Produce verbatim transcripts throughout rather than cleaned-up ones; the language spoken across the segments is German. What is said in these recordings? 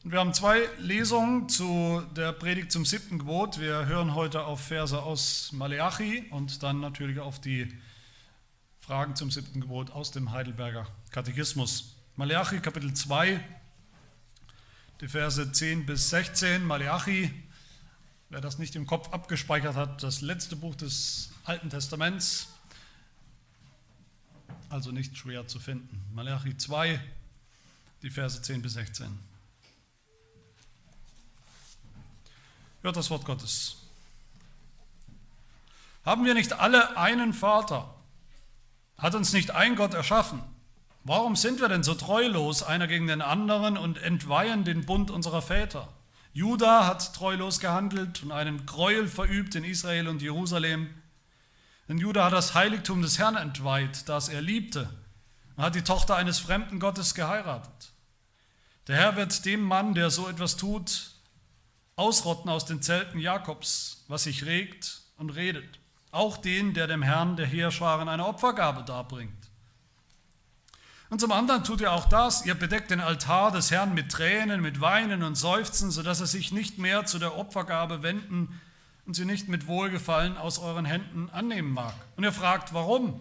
Wir haben zwei Lesungen zu der Predigt zum siebten Gebot. Wir hören heute auf Verse aus Maleachi und dann natürlich auf die Fragen zum siebten Gebot aus dem Heidelberger Katechismus. Maleachi Kapitel zwei, die Verse zehn bis sechzehn. Maleachi, wer das nicht im Kopf abgespeichert hat, das letzte Buch des Alten Testaments, also nicht schwer zu finden. Maleachi zwei, die Verse zehn bis sechzehn. Hört das Wort Gottes. Haben wir nicht alle einen Vater? Hat uns nicht ein Gott erschaffen? Warum sind wir denn so treulos einer gegen den anderen und entweihen den Bund unserer Väter? Juda hat treulos gehandelt und einen Gräuel verübt in Israel und Jerusalem. Denn Juda hat das Heiligtum des Herrn entweiht, das er liebte, und hat die Tochter eines fremden Gottes geheiratet. Der Herr wird dem Mann, der so etwas tut, ausrotten aus den Zelten Jakobs, was sich regt und redet. Auch den, der dem Herrn der Heerscharen eine Opfergabe darbringt. Und zum anderen tut ihr auch das, ihr bedeckt den Altar des Herrn mit Tränen, mit Weinen und Seufzen, sodass er sich nicht mehr zu der Opfergabe wenden und sie nicht mit Wohlgefallen aus euren Händen annehmen mag. Und ihr fragt, warum?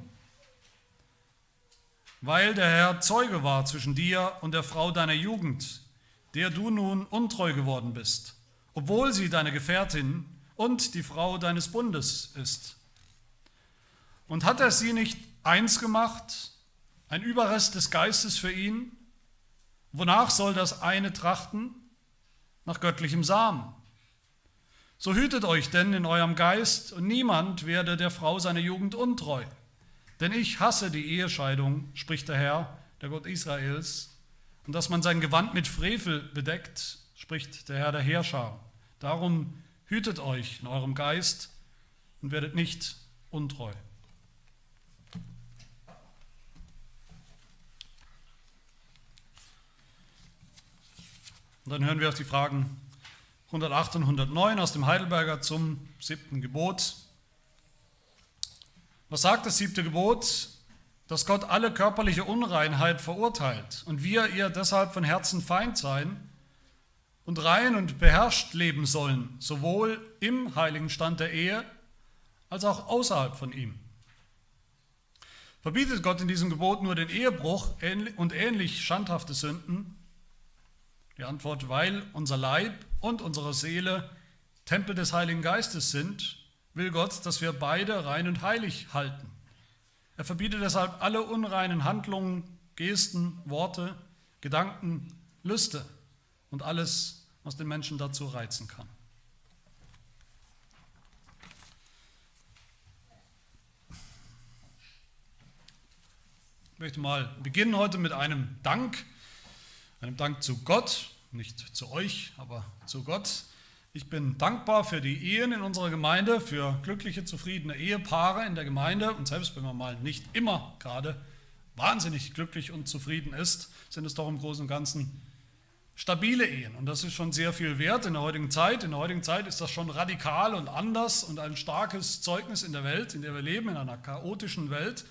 Weil der Herr Zeuge war zwischen dir und der Frau deiner Jugend, der du nun untreu geworden bist, obwohl sie deine Gefährtin und die Frau deines Bundes ist. Und hat er sie nicht eins gemacht, ein Überrest des Geistes für ihn? Wonach soll das eine trachten? Nach göttlichem Samen. So hütet euch denn in eurem Geist, und niemand werde der Frau seiner Jugend untreu. Denn ich hasse die Ehescheidung, spricht der Herr, der Gott Israels, und dass man sein Gewand mit Frevel bedeckt, spricht der Herr der Heerscharen. Darum hütet euch in eurem Geist und werdet nicht untreu. Und dann hören wir auf die Fragen hundertacht und hundertneun aus dem Heidelberger zum siebten Gebot. Was sagt das siebte Gebot? Dass Gott alle körperliche Unreinheit verurteilt und wir ihr deshalb von Herzen Feind sein und rein und beherrscht leben sollen, sowohl im heiligen Stand der Ehe als auch außerhalb von ihm. Verbietet Gott in diesem Gebot nur den Ehebruch und ähnlich schandhafte Sünden? Die Antwort, weil unser Leib und unsere Seele Tempel des Heiligen Geistes sind, will Gott, dass wir beide rein und heilig halten. Er verbietet deshalb alle unreinen Handlungen, Gesten, Worte, Gedanken, Lüste und alles, was den Menschen dazu reizen kann. Ich möchte mal beginnen heute mit einem Dank, einem Dank zu Gott, nicht zu euch, aber zu Gott. Ich bin dankbar für die Ehen in unserer Gemeinde, für glückliche, zufriedene Ehepaare in der Gemeinde. Und selbst wenn man mal nicht immer gerade wahnsinnig glücklich und zufrieden ist, sind es doch im Großen und Ganzen stabile Ehen. Und das ist schon sehr viel wert in der heutigen Zeit. In der heutigen Zeit ist das schon radikal und anders und ein starkes Zeugnis in der Welt, in der wir leben, in einer chaotischen Welt.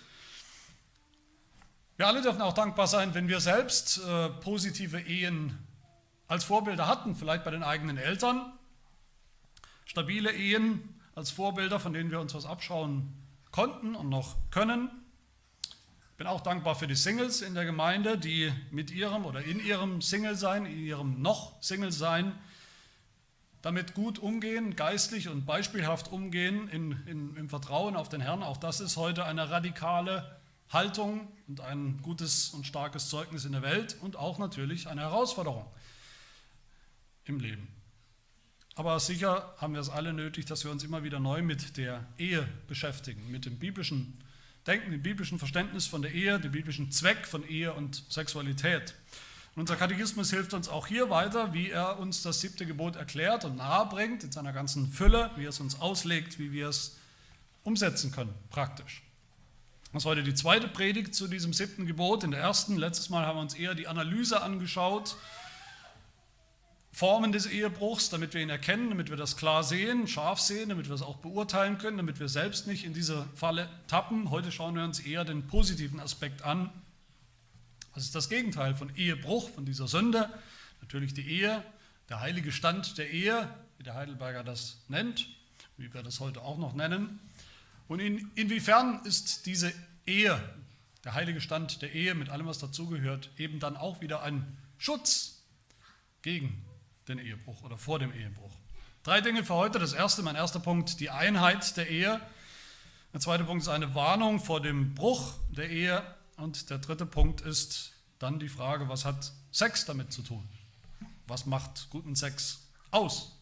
Wir alle dürfen auch dankbar sein, wenn wir selbst äh, positive Ehen als Vorbilder hatten, vielleicht bei den eigenen Eltern. Stabile Ehen als Vorbilder, von denen wir uns was abschauen konnten und noch können. Ich bin auch dankbar für die Singles in der Gemeinde, die mit ihrem oder in ihrem Single-Sein, in ihrem Noch-Single-Sein damit gut umgehen, geistlich und beispielhaft umgehen in, in, im Vertrauen auf den Herrn. Auch das ist heute eine radikale Haltung und ein gutes und starkes Zeugnis in der Welt und auch natürlich eine Herausforderung im Leben. Aber sicher haben wir es alle nötig, dass wir uns immer wieder neu mit der Ehe beschäftigen, mit dem biblischen Denken, dem biblischen Verständnis von der Ehe, dem biblischen Zweck von Ehe und Sexualität. Und unser Katechismus hilft uns auch hier weiter, wie er uns das siebte Gebot erklärt und nahebringt in seiner ganzen Fülle, wie er es uns auslegt, wie wir es umsetzen können, praktisch. Das ist heute die zweite Predigt zu diesem siebten Gebot. In der ersten, letztes Mal haben wir uns eher die Analyse angeschaut, Formen des Ehebruchs, damit wir ihn erkennen, damit wir das klar sehen, scharf sehen, damit wir es auch beurteilen können, damit wir selbst nicht in diese Falle tappen. Heute schauen wir uns eher den positiven Aspekt an. Was ist das Gegenteil von Ehebruch, von dieser Sünde, Natürlich die Ehe, der heilige Stand der Ehe, wie der Heidelberger das nennt, wie wir das heute auch noch nennen. Und in, inwiefern ist diese Ehe, der heilige Stand der Ehe mit allem, was dazugehört, eben dann auch wieder ein Schutz gegen den Ehebruch oder vor dem Ehebruch. Drei Dinge für heute. Das erste, mein erster Punkt, die Einheit der Ehe. Der zweite Punkt ist eine Warnung vor dem Bruch der Ehe. Und der dritte Punkt ist dann die Frage, was hat Sex damit zu tun? Was macht guten Sex aus?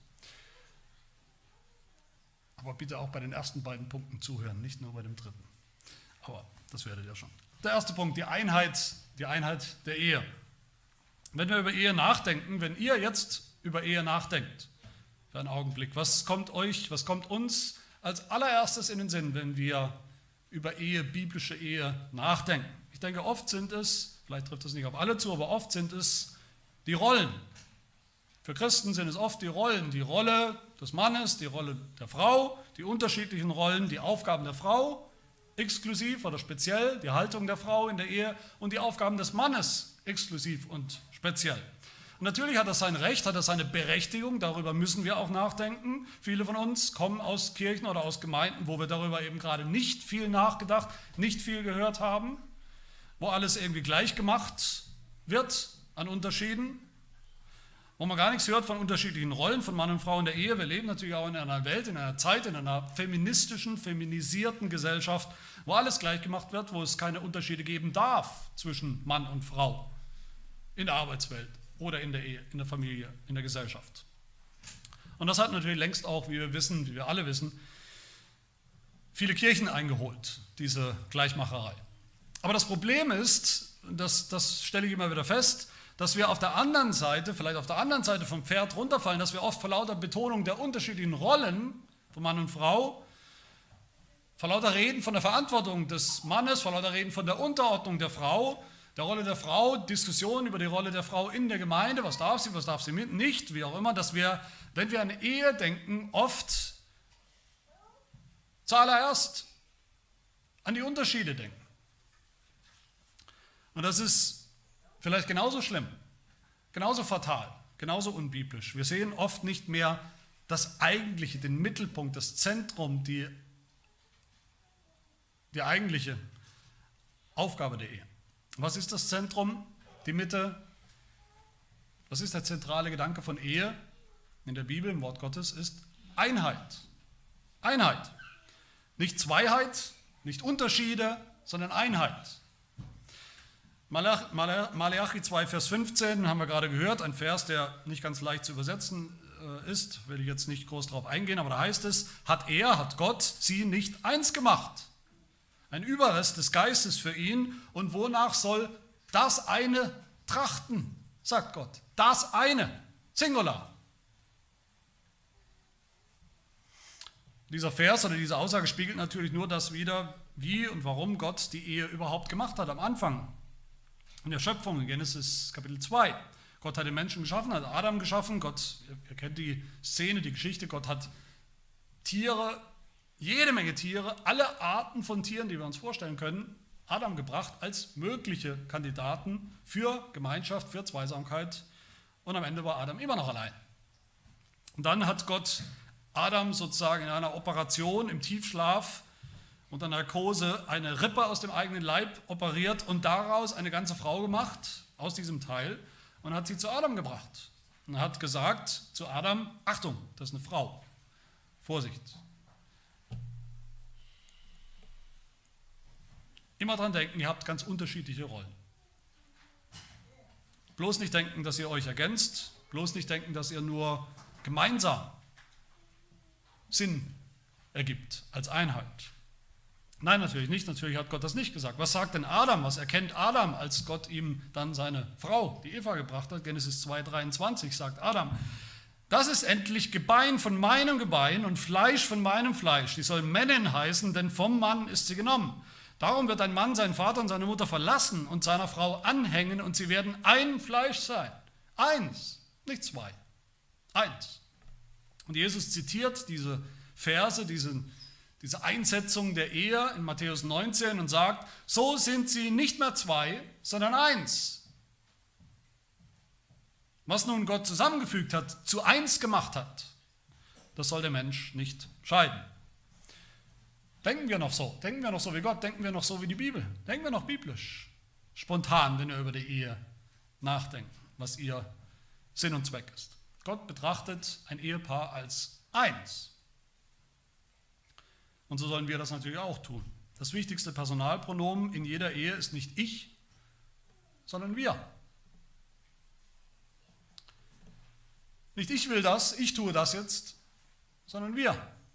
Aber bitte auch bei den ersten beiden Punkten zuhören, nicht nur bei dem dritten. Aber das werdet ihr schon. Der erste Punkt, die Einheit, die Einheit der Ehe. Wenn wir über Ehe nachdenken, wenn ihr jetzt über Ehe nachdenkt, für einen Augenblick, was kommt euch, was kommt uns als allererstes in den Sinn, wenn wir über Ehe, biblische Ehe nachdenken? Ich denke, oft sind es, vielleicht trifft das nicht auf alle zu, aber oft sind es die Rollen. Für Christen sind es oft die Rollen, die Rolle des Mannes, die Rolle der Frau, die unterschiedlichen Rollen, die Aufgaben der Frau, exklusiv oder speziell, die Haltung der Frau in der Ehe und die Aufgaben des Mannes, exklusiv und speziell. Und natürlich hat das sein Recht, hat das seine Berechtigung, darüber müssen wir auch nachdenken. Viele von uns kommen aus Kirchen oder aus Gemeinden, wo wir darüber eben gerade nicht viel nachgedacht, nicht viel gehört haben, wo alles irgendwie gleich gemacht wird an Unterschieden, wo man gar nichts hört von unterschiedlichen Rollen von Mann und Frau in der Ehe. Wir leben natürlich auch in einer Welt, in einer Zeit, in einer feministischen, feminisierten Gesellschaft, wo alles gleich gemacht wird, wo es keine Unterschiede geben darf zwischen Mann und Frau in der Arbeitswelt oder in der Ehe, in der Familie, in der Gesellschaft. Und das hat natürlich längst auch, wie wir wissen, wie wir alle wissen, viele Kirchen eingeholt, diese Gleichmacherei. Aber das Problem ist, das, das stelle ich immer wieder fest, dass wir auf der anderen Seite, vielleicht auf der anderen Seite vom Pferd runterfallen, dass wir oft vor lauter Betonung der unterschiedlichen Rollen von Mann und Frau, vor lauter Reden von der Verantwortung des Mannes, vor lauter Reden von der Unterordnung der Frau, der Rolle der Frau, Diskussionen über die Rolle der Frau in der Gemeinde, was darf sie, was darf sie nicht, wie auch immer, dass wir, wenn wir an Ehe denken, oft zuallererst an die Unterschiede denken. Und das ist vielleicht genauso schlimm, genauso fatal, genauso unbiblisch. Wir sehen oft nicht mehr das Eigentliche, den Mittelpunkt, das Zentrum, die, die eigentliche Aufgabe der Ehe. Was ist das Zentrum, die Mitte? Was ist der zentrale Gedanke von Ehe in der Bibel, im Wort Gottes, ist Einheit. Einheit. Nicht Zweiheit, nicht Unterschiede, sondern Einheit. Maleachi zwei, Vers fünfzehn, haben wir gerade gehört, ein Vers, der nicht ganz leicht zu übersetzen ist, will ich jetzt nicht groß darauf eingehen, aber da heißt es, hat er, hat Gott sie nicht eins gemacht. Ein Überrest des Geistes für ihn und wonach soll das eine trachten, sagt Gott. Das eine, Singular. Dieser Vers oder diese Aussage spiegelt natürlich nur das wider, wie und warum Gott die Ehe überhaupt gemacht hat am Anfang. In der Schöpfung, in Genesis Kapitel zwei. Gott hat den Menschen geschaffen, hat Adam geschaffen. Gott, ihr kennt die Szene, die Geschichte, Gott hat Tiere, jede Menge Tiere, alle Arten von Tieren, die wir uns vorstellen können, Adam gebracht als mögliche Kandidaten für Gemeinschaft, für Zweisamkeit. Und am Ende war Adam immer noch allein. Und dann hat Gott Adam sozusagen in einer Operation im Tiefschlaf unter Narkose eine Rippe aus dem eigenen Leib operiert und daraus eine ganze Frau gemacht, aus diesem Teil, und hat sie zu Adam gebracht. Und hat gesagt zu Adam, Achtung, das ist eine Frau. Vorsicht. Immer dran denken, ihr habt ganz unterschiedliche Rollen. Bloß nicht denken, dass ihr euch ergänzt, bloß nicht denken, dass ihr nur gemeinsam Sinn ergibt als Einheit. Nein, natürlich nicht. Natürlich hat Gott das nicht gesagt. Was sagt denn Adam? Was erkennt Adam, als Gott ihm dann seine Frau, die Eva, gebracht hat? Genesis zwei, dreiundzwanzig sagt Adam, das ist endlich Gebein von meinem Gebein und Fleisch von meinem Fleisch. Die soll Männin heißen, denn vom Mann ist sie genommen. Darum wird ein Mann seinen Vater und seine Mutter verlassen und seiner Frau anhängen und sie werden ein Fleisch sein. Eins, nicht zwei. Eins. Und Jesus zitiert diese Verse, diesen diese Einsetzung der Ehe in Matthäus neunzehn und sagt, so sind sie nicht mehr zwei, sondern eins. Was nun Gott zusammengefügt hat, zu eins gemacht hat, das soll der Mensch nicht scheiden. Denken wir noch so? Denken wir noch so wie Gott? Denken wir noch so wie die Bibel? Denken wir noch biblisch? Spontan, wenn wir über die Ehe nachdenken, was ihr Sinn und Zweck ist. Gott betrachtet ein Ehepaar als eins. Und so sollen wir das natürlich auch tun. Das wichtigste Personalpronomen in jeder Ehe ist nicht ich, sondern wir. Nicht ich will das, ich tue das jetzt, sondern wir.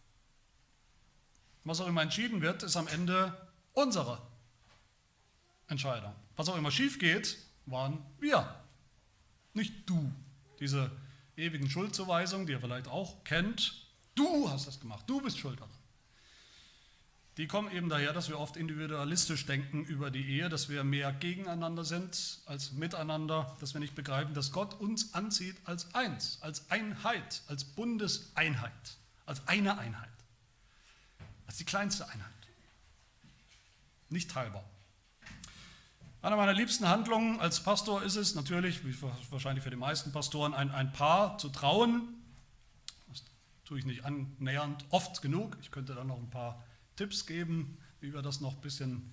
Was auch immer entschieden wird, ist am Ende unsere Entscheidung. Was auch immer schief geht, waren wir, nicht du. Diese ewigen Schuldzuweisungen, die ihr vielleicht auch kennt, du hast das gemacht, du bist schuld daran. Die kommen eben daher, dass wir oft individualistisch denken über die Ehe, dass wir mehr gegeneinander sind als miteinander, dass wir nicht begreifen, dass Gott uns anzieht als eins, als Einheit, als Bundeseinheit, als eine Einheit, als die kleinste Einheit, nicht teilbar. Eine meiner liebsten Handlungen als Pastor ist es natürlich, wie wahrscheinlich für die meisten Pastoren, ein, ein Paar zu trauen. Das tue ich nicht annähernd oft genug. Ich könnte da noch ein paar Tipps geben, wie wir das noch ein bisschen,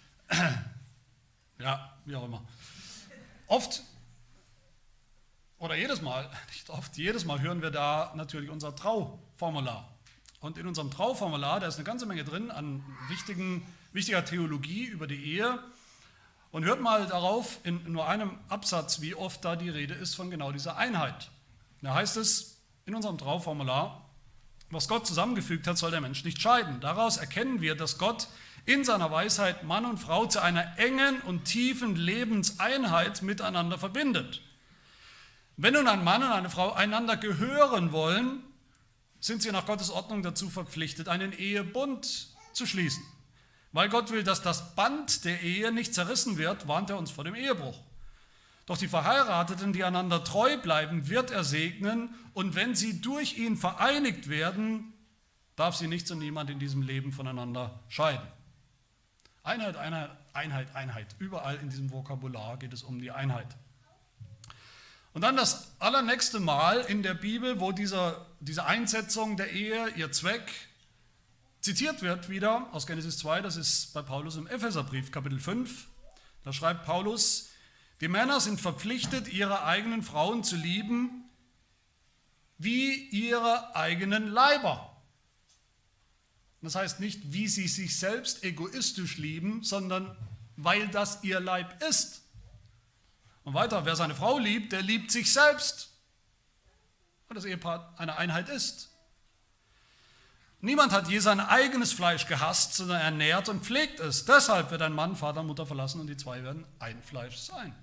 ja, wie auch immer. Oft, oder jedes Mal, nicht oft, jedes Mal hören wir da natürlich unser Trauformular. Und in unserem Trauformular, da ist eine ganze Menge drin an wichtigen, wichtiger Theologie über die Ehe. Und hört mal darauf, in nur einem Absatz, wie oft da die Rede ist von genau dieser Einheit. Da heißt es in unserem Trauformular, was Gott zusammengefügt hat, soll der Mensch nicht scheiden. Daraus erkennen wir, dass Gott in seiner Weisheit Mann und Frau zu einer engen und tiefen Lebenseinheit miteinander verbindet. Wenn nun ein Mann und eine Frau einander gehören wollen, sind sie nach Gottes Ordnung dazu verpflichtet, einen Ehebund zu schließen. Weil Gott will, dass das Band der Ehe nicht zerrissen wird, warnt er uns vor dem Ehebruch. Doch die Verheirateten, die einander treu bleiben, wird er segnen, und wenn sie durch ihn vereinigt werden, darf sie nichts und niemand in diesem Leben voneinander scheiden. Einheit, Einheit, Einheit, Einheit. Überall in diesem Vokabular geht es um die Einheit. Und dann das allernächste Mal in der Bibel, wo dieser, diese Einsetzung der Ehe, ihr Zweck, zitiert wird wieder aus Genesis zwei, das ist bei Paulus im Epheserbrief, Kapitel fünf. Da schreibt Paulus, die Männer sind verpflichtet, ihre eigenen Frauen zu lieben, wie ihre eigenen Leiber. Das heißt nicht, wie sie sich selbst egoistisch lieben, sondern weil das ihr Leib ist. Und weiter, wer seine Frau liebt, der liebt sich selbst, weil das Ehepaar eine Einheit ist. Niemand hat je sein eigenes Fleisch gehasst, sondern er nährt und pflegt es. Deshalb wird ein Mann Vater und Mutter verlassen und die zwei werden ein Fleisch sein.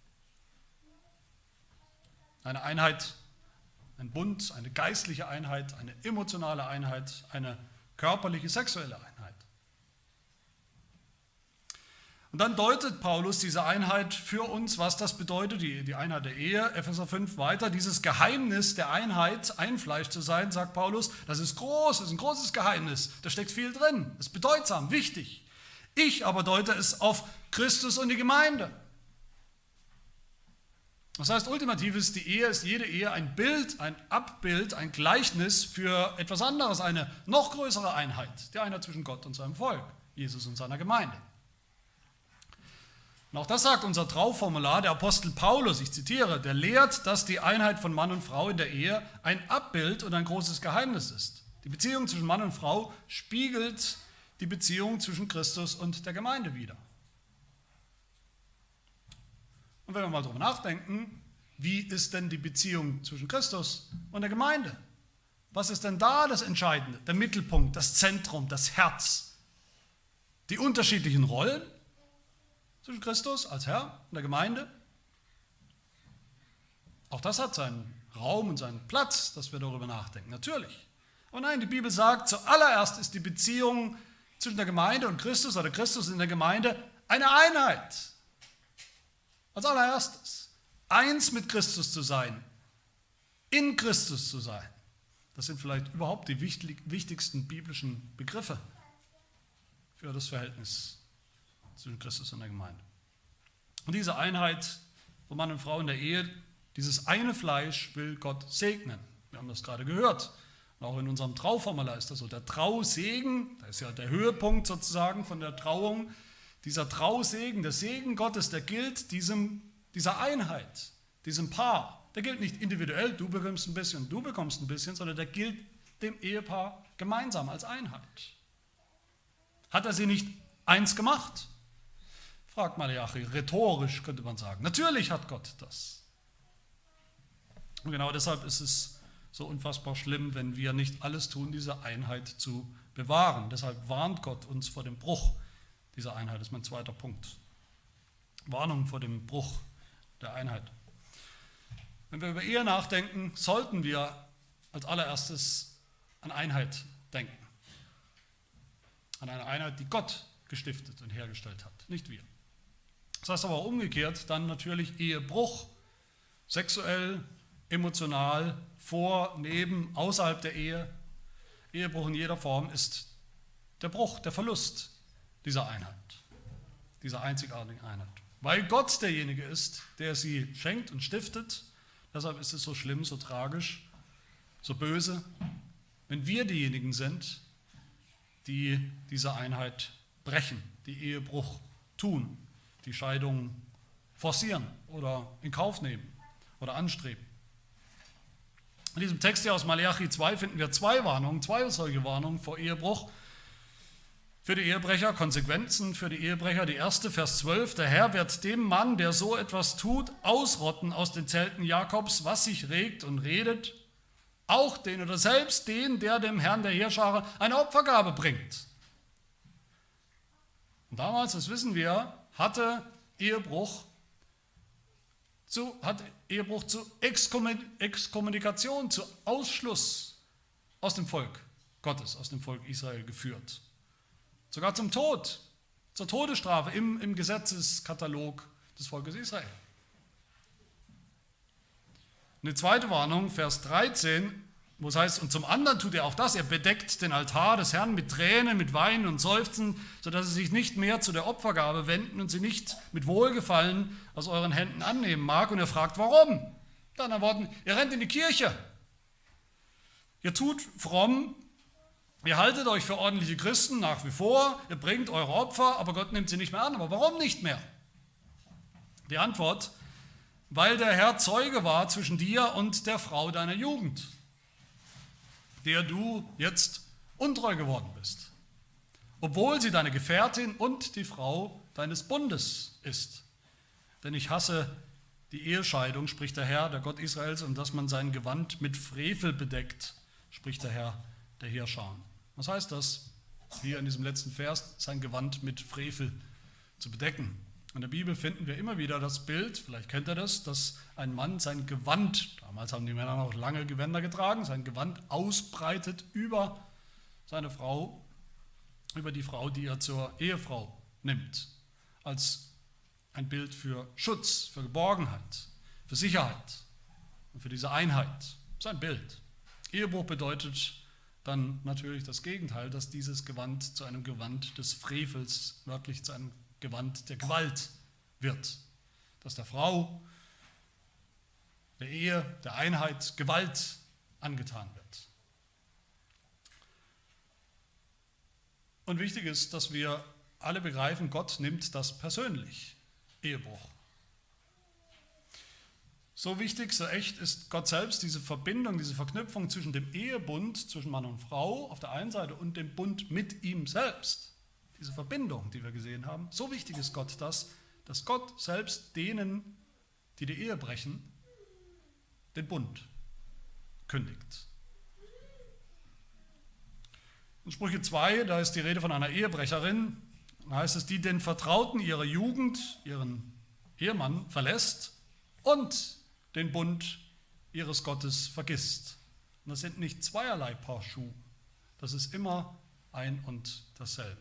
Eine Einheit, ein Bund, eine geistliche Einheit, eine emotionale Einheit, eine körperliche, sexuelle Einheit. Und dann deutet Paulus diese Einheit für uns, was das bedeutet, die, die Einheit der Ehe, Epheser fünf weiter. Dieses Geheimnis der Einheit, ein Fleisch zu sein, sagt Paulus, das ist groß, das ist ein großes Geheimnis, da steckt viel drin, das ist bedeutsam, wichtig. Ich aber deute es auf Christus und die Gemeinde. Das heißt, ultimativ ist die Ehe, ist jede Ehe ein Bild, ein Abbild, ein Gleichnis für etwas anderes, eine noch größere Einheit, die Einheit zwischen Gott und seinem Volk, Jesus und seiner Gemeinde. Und auch das sagt unser Trauformular, der Apostel Paulus, ich zitiere, der lehrt, dass die Einheit von Mann und Frau in der Ehe ein Abbild und ein großes Geheimnis ist. Die Beziehung zwischen Mann und Frau spiegelt die Beziehung zwischen Christus und der Gemeinde wider. Und wenn wir mal darüber nachdenken, wie ist denn die Beziehung zwischen Christus und der Gemeinde? Was ist denn da das Entscheidende, der Mittelpunkt, das Zentrum, das Herz? Die unterschiedlichen Rollen zwischen Christus als Herr und der Gemeinde. Auch das hat seinen Raum und seinen Platz, dass wir darüber nachdenken, natürlich. Aber nein, die Bibel sagt, zuallererst ist die Beziehung zwischen der Gemeinde und Christus oder Christus in der Gemeinde eine Einheit. Als allererstes. Eins mit Christus zu sein, in Christus zu sein. Das sind vielleicht überhaupt die wichtigsten biblischen Begriffe für das Verhältnis zwischen Christus und der Gemeinde. Und diese Einheit von Mann und Frau in der Ehe, Dieses eine Fleisch will Gott segnen. Wir haben das gerade gehört. Und auch in unserem Trauformular ist das so. Der Trausegen, das ist ja der Höhepunkt sozusagen von der Trauung, dieser Trausegen, der Segen Gottes, der gilt diesem, dieser Einheit, diesem Paar. Der gilt nicht individuell, du bekommst ein bisschen, du bekommst ein bisschen, sondern der gilt dem Ehepaar gemeinsam als Einheit. Hat er sie nicht eins gemacht? Fragt Malachi, rhetorisch könnte man sagen. Natürlich hat Gott das. Und genau deshalb ist es so unfassbar schlimm, wenn wir nicht alles tun, diese Einheit zu bewahren. Deshalb warnt Gott uns vor dem Bruch dieser Einheit. Das ist mein zweiter Punkt. Warnung vor dem Bruch der Einheit. Wenn wir über Ehe nachdenken, sollten wir als allererstes an Einheit denken. An eine Einheit, die Gott gestiftet und hergestellt hat, nicht wir. Das heißt aber auch umgekehrt, dann natürlich Ehebruch, sexuell, emotional, vor, neben, außerhalb der Ehe. Ehebruch in jeder Form ist der Bruch, der Verlust dieser Einheit, dieser einzigartigen Einheit. Weil Gott derjenige ist, der sie schenkt und stiftet, deshalb ist es so schlimm, so tragisch, so böse, wenn wir diejenigen sind, die diese Einheit brechen, die Ehebruch tun, die Scheidung forcieren oder in Kauf nehmen oder anstreben. In diesem Text hier aus Malachi zwei finden wir zwei Warnungen, zwei solche Warnungen vor Ehebruch. Für die Ehebrecher, Konsequenzen für die Ehebrecher. Die erste, Vers zwölf, der Herr wird dem Mann, der so etwas tut, ausrotten aus den Zelten Jakobs, was sich regt und redet, auch den oder selbst den, der dem Herrn der Heerscharen eine Opfergabe bringt. Und damals, das wissen wir, hatte Ehebruch zu, hat Ehebruch zu Exkommunikation, zu Ausschluss aus dem Volk Gottes, aus dem Volk Israel geführt. Sogar zum Tod, zur Todesstrafe im, im Gesetzeskatalog des Volkes Israel. Eine zweite Warnung, Vers dreizehn, wo es heißt, und zum anderen tut er auch das, er bedeckt den Altar des Herrn mit Tränen, mit Weinen und Seufzen, sodass sie sich nicht mehr zu der Opfergabe wenden und sie nicht mit Wohlgefallen aus euren Händen annehmen mag. Und er fragt, warum? Mit anderen Worten, ihr rennt in die Kirche. Ihr tut fromm, ihr haltet euch für ordentliche Christen nach wie vor, ihr bringt eure Opfer, aber Gott nimmt sie nicht mehr an. Aber warum nicht mehr? Die Antwort, weil der Herr Zeuge war zwischen dir und der Frau deiner Jugend, der du jetzt untreu geworden bist, obwohl sie deine Gefährtin und die Frau deines Bundes ist. Denn ich hasse die Ehescheidung, spricht der Herr, der Gott Israels, und dass man sein Gewand mit Frevel bedeckt, spricht der Herr, der Heerscharen. Was heißt das? Hier in diesem letzten Vers, sein Gewand mit Frevel zu bedecken. In der Bibel finden wir immer wieder das Bild, vielleicht kennt ihr das, dass ein Mann sein Gewand, damals haben die Männer noch lange Gewänder getragen, sein Gewand ausbreitet über seine Frau, über die Frau, die er zur Ehefrau nimmt, als ein Bild für Schutz, für Geborgenheit, für Sicherheit und für diese Einheit. Das ist ein Bild. Ehebruch bedeutet dann natürlich das Gegenteil, dass dieses Gewand zu einem Gewand des Frevels, wörtlich zu einem Gewand der Gewalt wird. Dass der Frau, der Ehe, der Einheit Gewalt angetan wird. Und wichtig ist, dass wir alle begreifen, Gott nimmt das persönlich, Ehebruch. So wichtig, so echt ist Gott selbst, diese Verbindung, diese Verknüpfung zwischen dem Ehebund, zwischen Mann und Frau auf der einen Seite und dem Bund mit ihm selbst. Diese Verbindung, die wir gesehen haben, so wichtig ist Gott das, dass Gott selbst denen, die die Ehe brechen, den Bund kündigt. In Sprüche zwei, da ist die Rede von einer Ehebrecherin, da heißt es, die den Vertrauten ihrer Jugend, ihren Ehemann verlässt und den Bund ihres Gottes vergisst. Und das sind nicht zweierlei Paar Schuhe, das ist immer ein und dasselbe.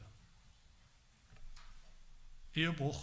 Ehebruch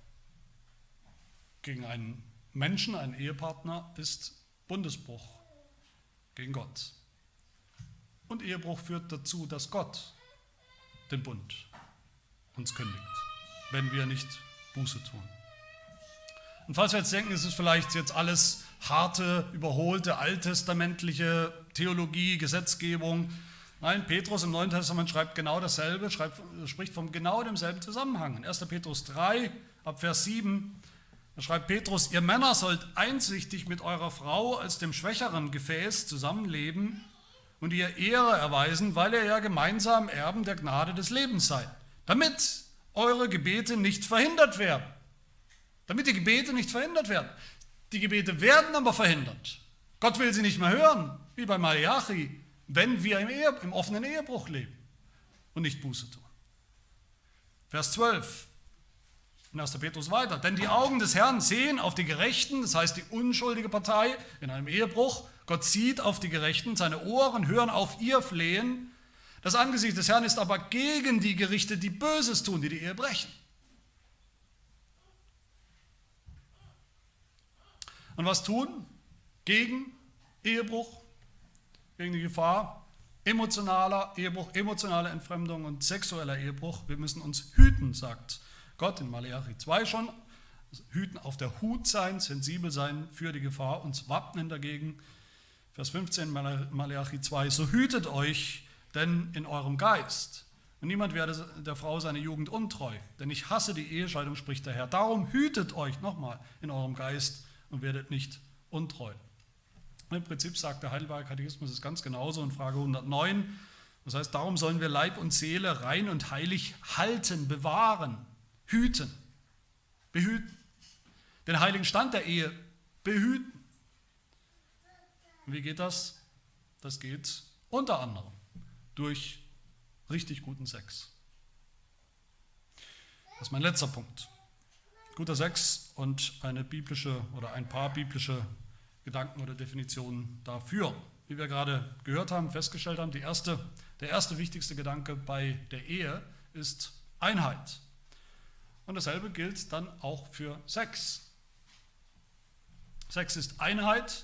gegen einen Menschen, einen Ehepartner, ist Bundesbruch gegen Gott. Und Ehebruch führt dazu, dass Gott den Bund uns kündigt, wenn wir nicht Buße tun. Und falls wir jetzt denken, es ist vielleicht jetzt alles harte, überholte, alttestamentliche Theologie, Gesetzgebung. Nein, Petrus im Neuen Testament schreibt genau dasselbe, schreibt, spricht von genau demselben Zusammenhang. In erster Petrus drei, ab Vers sieben, da schreibt Petrus, ihr Männer sollt einsichtig mit eurer Frau als dem schwächeren Gefäß zusammenleben und ihr Ehre erweisen, weil ihr ja gemeinsam Erben der Gnade des Lebens seid, damit eure Gebete nicht verhindert werden. Damit die Gebete nicht verhindert werden. Die Gebete werden aber verhindert. Gott will sie nicht mehr hören, wie bei Maleachi, wenn wir im, Ehe, im offenen Ehebruch leben und nicht Buße tun. Vers zwölf, in erster Petrus weiter. Denn die Augen des Herrn sehen auf die Gerechten, das heißt die unschuldige Partei in einem Ehebruch. Gott sieht auf die Gerechten, seine Ohren hören auf ihr Flehen. Das Angesicht des Herrn ist aber gegen die gerichtet, die Böses tun, die die Ehe brechen. Und was tun? Gegen Ehebruch, gegen die Gefahr emotionaler Ehebruch, emotionale Entfremdung und sexueller Ehebruch. Wir müssen uns hüten, sagt Gott in Maleachi zwei schon. Hüten, auf der Hut sein, sensibel sein für die Gefahr, uns wappnen dagegen. Vers fünfzehn, Maleachi zwei, so hütet euch denn in eurem Geist. Und niemand werde der Frau seine Jugend untreu, denn ich hasse die Ehescheidung, spricht der Herr. Darum hütet euch nochmal in eurem Geist und werdet nicht untreu. Im Prinzip sagt der Heidelberger Katechismus es ganz genauso in Frage hundertneun. Das heißt, darum sollen wir Leib und Seele rein und heilig halten, bewahren, hüten, behüten. Den heiligen Stand der Ehe behüten. Und wie geht das? Das geht unter anderem durch richtig guten Sex. Das ist mein letzter Punkt. Guter Sex und eine biblische oder ein paar biblische Gedanken oder Definitionen dafür. Wie wir gerade gehört haben, festgestellt haben, die erste, der erste wichtigste Gedanke bei der Ehe ist Einheit. Und dasselbe gilt dann auch für Sex. Sex ist Einheit.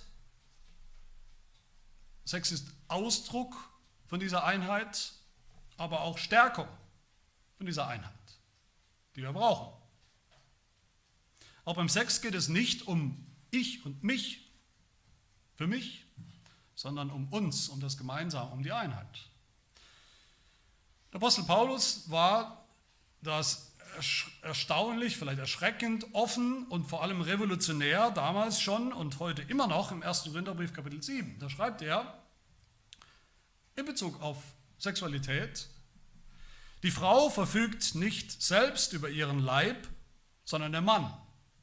Sex ist Ausdruck von dieser Einheit, aber auch Stärkung von dieser Einheit, die wir brauchen. Auch beim Sex geht es nicht um ich und mich, für mich, sondern um uns, um das Gemeinsame, um die Einheit. Der Apostel Paulus war das erstaunlich, vielleicht erschreckend, offen und vor allem revolutionär, damals schon und heute immer noch im ersten Korintherbrief Kapitel sieben. Da schreibt er in Bezug auf Sexualität, die Frau verfügt nicht selbst über ihren Leib, sondern der Mann.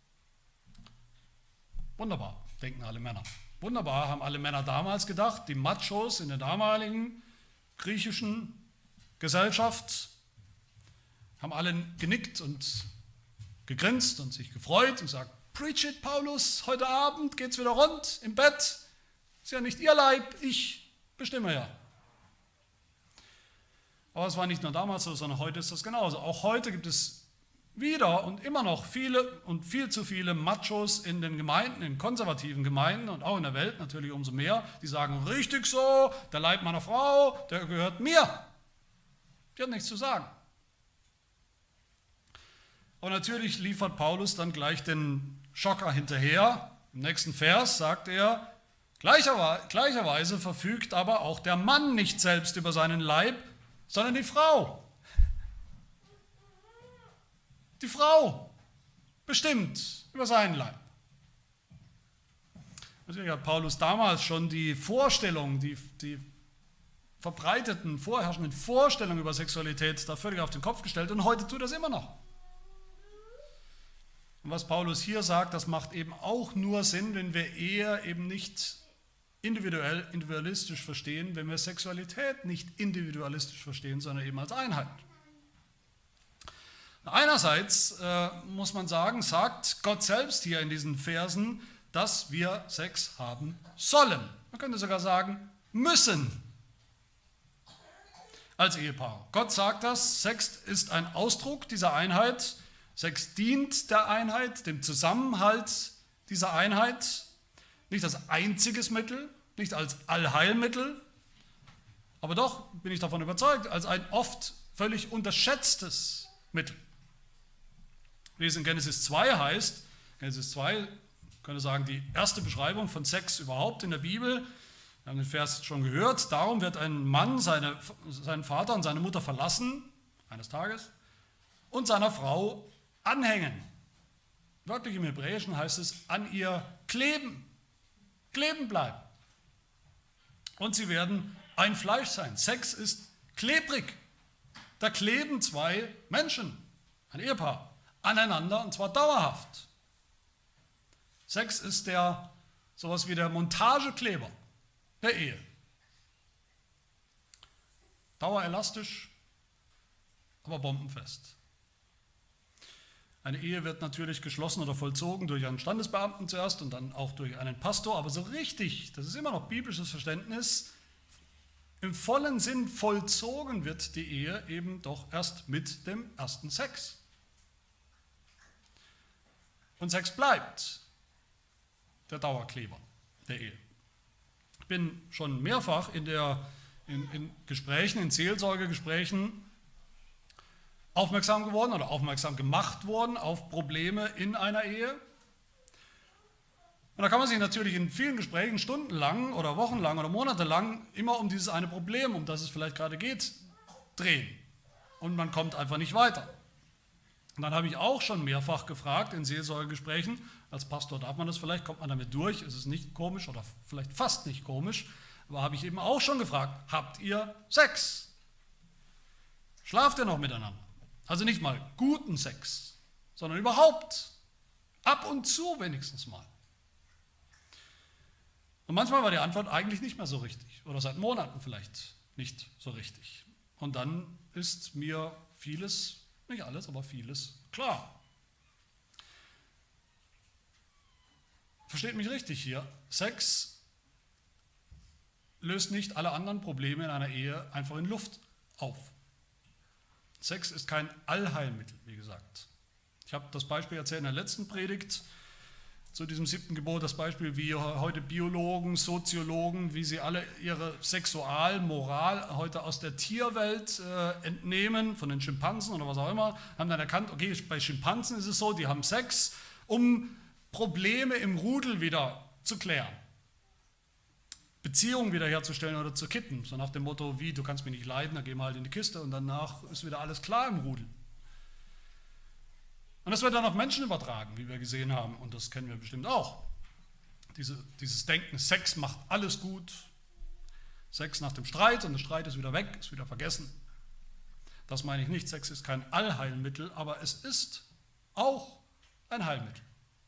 Wunderbar, denken alle Männer. Wunderbar, haben alle Männer damals gedacht, die Machos in der damaligen griechischen Gesellschaft haben alle genickt und gegrinst und sich gefreut und gesagt, preach it, Paulus, heute Abend geht's wieder rund im Bett. Ist ja nicht ihr Leib, ich bestimme ja. Aber es war nicht nur damals so, sondern heute ist das genauso. Auch heute gibt es wieder und immer noch viele und viel zu viele Machos in den Gemeinden, in konservativen Gemeinden und auch in der Welt natürlich umso mehr, die sagen, richtig so, der Leib meiner Frau, der gehört mir. Die hat nichts zu sagen. Und natürlich liefert Paulus dann gleich den Schocker hinterher. Im nächsten Vers sagt er, gleicherweise verfügt aber auch der Mann nicht selbst über seinen Leib, sondern die Frau. Die Frau bestimmt über seinen Leib. Natürlich hat Paulus damals schon die Vorstellung, die, die verbreiteten, vorherrschenden Vorstellungen über Sexualität da völlig auf den Kopf gestellt und heute tut er es immer noch. Und was Paulus hier sagt, das macht eben auch nur Sinn, wenn wir Ehe eben nicht individuell, individualistisch verstehen, wenn wir Sexualität nicht individualistisch verstehen, sondern eben als Einheit. Einerseits äh, muss man sagen, sagt Gott selbst hier in diesen Versen, dass wir Sex haben sollen. Man könnte sogar sagen, müssen. Als Ehepaar. Gott sagt das, Sex ist ein Ausdruck dieser Einheit. Sex dient der Einheit, dem Zusammenhalt dieser Einheit. Nicht als einziges Mittel, nicht als Allheilmittel, aber doch, bin ich davon überzeugt, als ein oft völlig unterschätztes Mittel. Wie es in Genesis zwei heißt, Genesis zwei, ich könnte sagen, die erste Beschreibung von Sex überhaupt in der Bibel. Wir haben den Vers schon gehört. Darum wird ein Mann seine, seinen Vater und seine Mutter verlassen, eines Tages, und seiner Frau anhängen. Wörtlich im Hebräischen heißt es, an ihr kleben, kleben bleiben. Und sie werden ein Fleisch sein. Sex ist klebrig. Da kleben zwei Menschen, ein Ehepaar, aneinander, und zwar dauerhaft. Sex ist der, sowas wie der Montagekleber der Ehe. Dauerelastisch, aber bombenfest. Eine Ehe wird natürlich geschlossen oder vollzogen durch einen Standesbeamten zuerst und dann auch durch einen Pastor, aber so richtig, das ist immer noch biblisches Verständnis, im vollen Sinn vollzogen wird die Ehe eben doch erst mit dem ersten Sex. Und Sex bleibt der Dauerkleber der Ehe. Ich bin schon mehrfach in, der, in, in Gesprächen, in Seelsorgegesprächen aufmerksam geworden oder aufmerksam gemacht worden auf Probleme in einer Ehe. Und da kann man sich natürlich in vielen Gesprächen stundenlang oder wochenlang oder monatelang immer um dieses eine Problem, um das es vielleicht gerade geht, drehen. Und man kommt einfach nicht weiter. Und dann habe ich auch schon mehrfach gefragt in Seelsorgegesprächen, als Pastor darf man das vielleicht, kommt man damit durch, ist es nicht komisch oder vielleicht fast nicht komisch, aber habe ich eben auch schon gefragt, habt ihr Sex? Schlaft ihr noch miteinander? Also nicht mal guten Sex, sondern überhaupt, ab und zu wenigstens mal. Und manchmal war die Antwort eigentlich nicht mehr so richtig oder seit Monaten vielleicht nicht so richtig. Und dann ist mir vieles, nicht alles, aber vieles klar. Versteht mich richtig hier, Sex löst nicht alle anderen Probleme in einer Ehe einfach in Luft auf. Sex ist kein Allheilmittel, wie gesagt. Ich habe das Beispiel erzählt in der letzten Predigt zu diesem siebten Gebot, das Beispiel, wie heute Biologen, Soziologen, wie sie alle ihre Sexualmoral heute aus der Tierwelt äh, entnehmen, von den Schimpansen oder was auch immer, haben dann erkannt, okay, bei Schimpansen ist es so, die haben Sex, um Probleme im Rudel wieder zu klären. Beziehungen wiederherzustellen oder zu kitten. So nach dem Motto, wie, du kannst mich nicht leiden, dann gehen wir halt in die Kiste und danach ist wieder alles klar im Rudel. Und das wird dann auf Menschen übertragen, wie wir gesehen haben, und das kennen wir bestimmt auch. Diese, dieses Denken, Sex macht alles gut, Sex nach dem Streit und der Streit ist wieder weg, ist wieder vergessen. Das meine ich nicht, Sex ist kein Allheilmittel, aber es ist auch ein Heilmittel.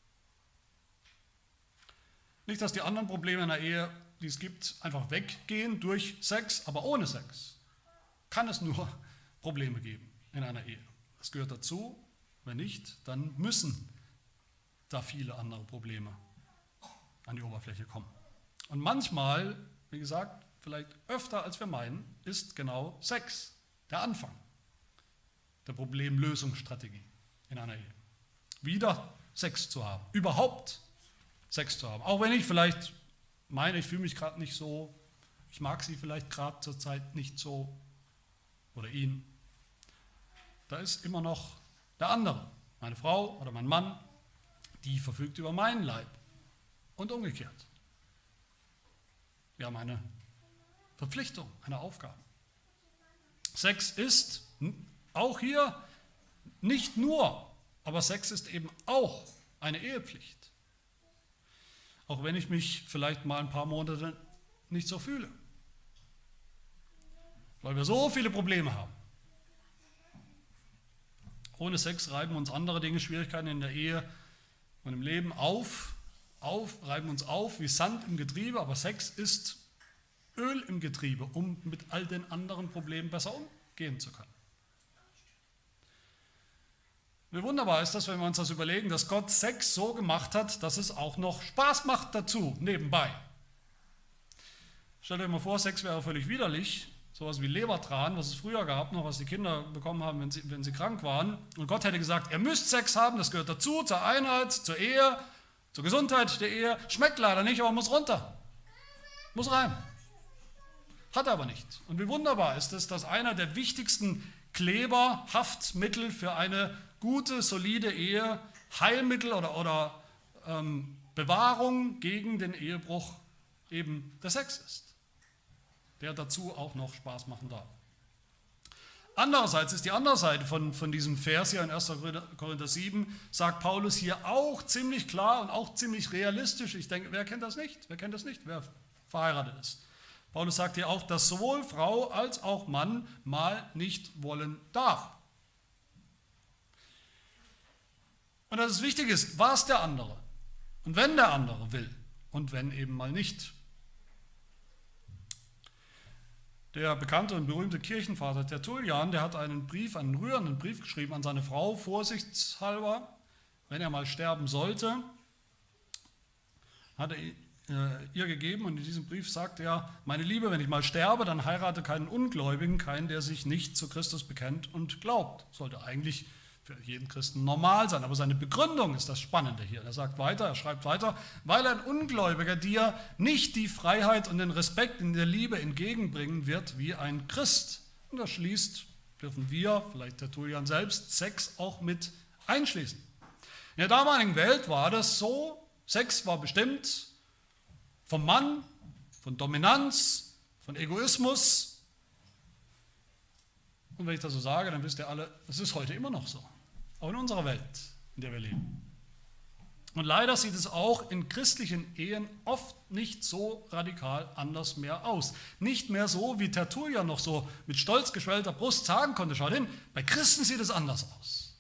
Nicht, dass die anderen Probleme in der Ehe, die es gibt, einfach weggehen durch Sex, aber ohne Sex kann es nur Probleme geben in einer Ehe. Das gehört dazu. Wenn nicht, dann müssen da viele andere Probleme an die Oberfläche kommen. Und manchmal, wie gesagt, vielleicht öfter als wir meinen, ist genau Sex der Anfang der Problemlösungsstrategie in einer Ehe. Wieder Sex zu haben, überhaupt Sex zu haben. Auch wenn ich vielleicht meine, ich fühle mich gerade nicht so, ich mag sie vielleicht gerade zur Zeit nicht so oder ihn. Da ist immer noch der andere, meine Frau oder mein Mann, die verfügt über meinen Leib und umgekehrt. Wir haben eine Verpflichtung, eine Aufgabe. Sex ist auch hier nicht nur, aber Sex ist eben auch eine Ehepflicht. Auch wenn ich mich vielleicht mal ein paar Monate nicht so fühle. Weil wir so viele Probleme haben. Ohne Sex reiben uns andere Dinge, Schwierigkeiten in der Ehe und im Leben auf, auf, reiben uns auf wie Sand im Getriebe, aber Sex ist Öl im Getriebe, um mit all den anderen Problemen besser umgehen zu können. Wie wunderbar ist das, wenn wir uns das überlegen, dass Gott Sex so gemacht hat, dass es auch noch Spaß macht dazu, nebenbei. Stellt euch mal vor, Sex wäre völlig widerlich, sowas wie Lebertran, was es früher gab, noch was die Kinder bekommen haben, wenn sie, wenn sie krank waren. Und Gott hätte gesagt, ihr müsst Sex haben, das gehört dazu, zur Einheit, zur Ehe, zur Gesundheit der Ehe. Schmeckt leider nicht, aber muss runter. Muss rein. Hat er aber nicht. Und wie wunderbar ist es, dass einer der wichtigsten Kleber, Haftmittel für eine gute, solide Ehe, Heilmittel oder, oder ähm, Bewahrung gegen den Ehebruch eben der Sex ist, der dazu auch noch Spaß machen darf. Andererseits ist die andere Seite von, von diesem Vers hier in erster Korinther sieben, sagt Paulus hier auch ziemlich klar und auch ziemlich realistisch. Ich denke, wer kennt das nicht? Wer kennt das nicht, wer verheiratet ist? Paulus sagt hier auch, dass sowohl Frau als auch Mann mal nicht wollen darf. Und dass es wichtig ist, was der andere und wenn der andere will und wenn eben mal nicht. Der bekannte und berühmte Kirchenvater Tertullian, der hat einen Brief, einen rührenden Brief geschrieben an seine Frau, vorsichtshalber, wenn er mal sterben sollte, hat er ihr gegeben und in diesem Brief sagt er, meine Liebe, wenn ich mal sterbe, dann heirate keinen Ungläubigen, keinen, der sich nicht zu Christus bekennt und glaubt. Sollte eigentlich für jeden Christen normal sein, aber seine Begründung ist das Spannende hier. Er sagt weiter, er schreibt weiter, weil ein Ungläubiger dir nicht die Freiheit und den Respekt in der Liebe entgegenbringen wird wie ein Christ. Und das schließt, dürfen wir, vielleicht Tertullian selbst, Sex auch mit einschließen. In der damaligen Welt war das so, Sex war bestimmt vom Mann, von Dominanz, von Egoismus. Und wenn ich das so sage, dann wisst ihr alle, es ist heute immer noch so. Auch in unserer Welt, in der wir leben. Und leider sieht es auch in christlichen Ehen oft nicht so radikal anders mehr aus. Nicht mehr so, wie Tertullian noch so mit stolz geschwellter Brust sagen konnte, schaut hin, bei Christen sieht es anders aus.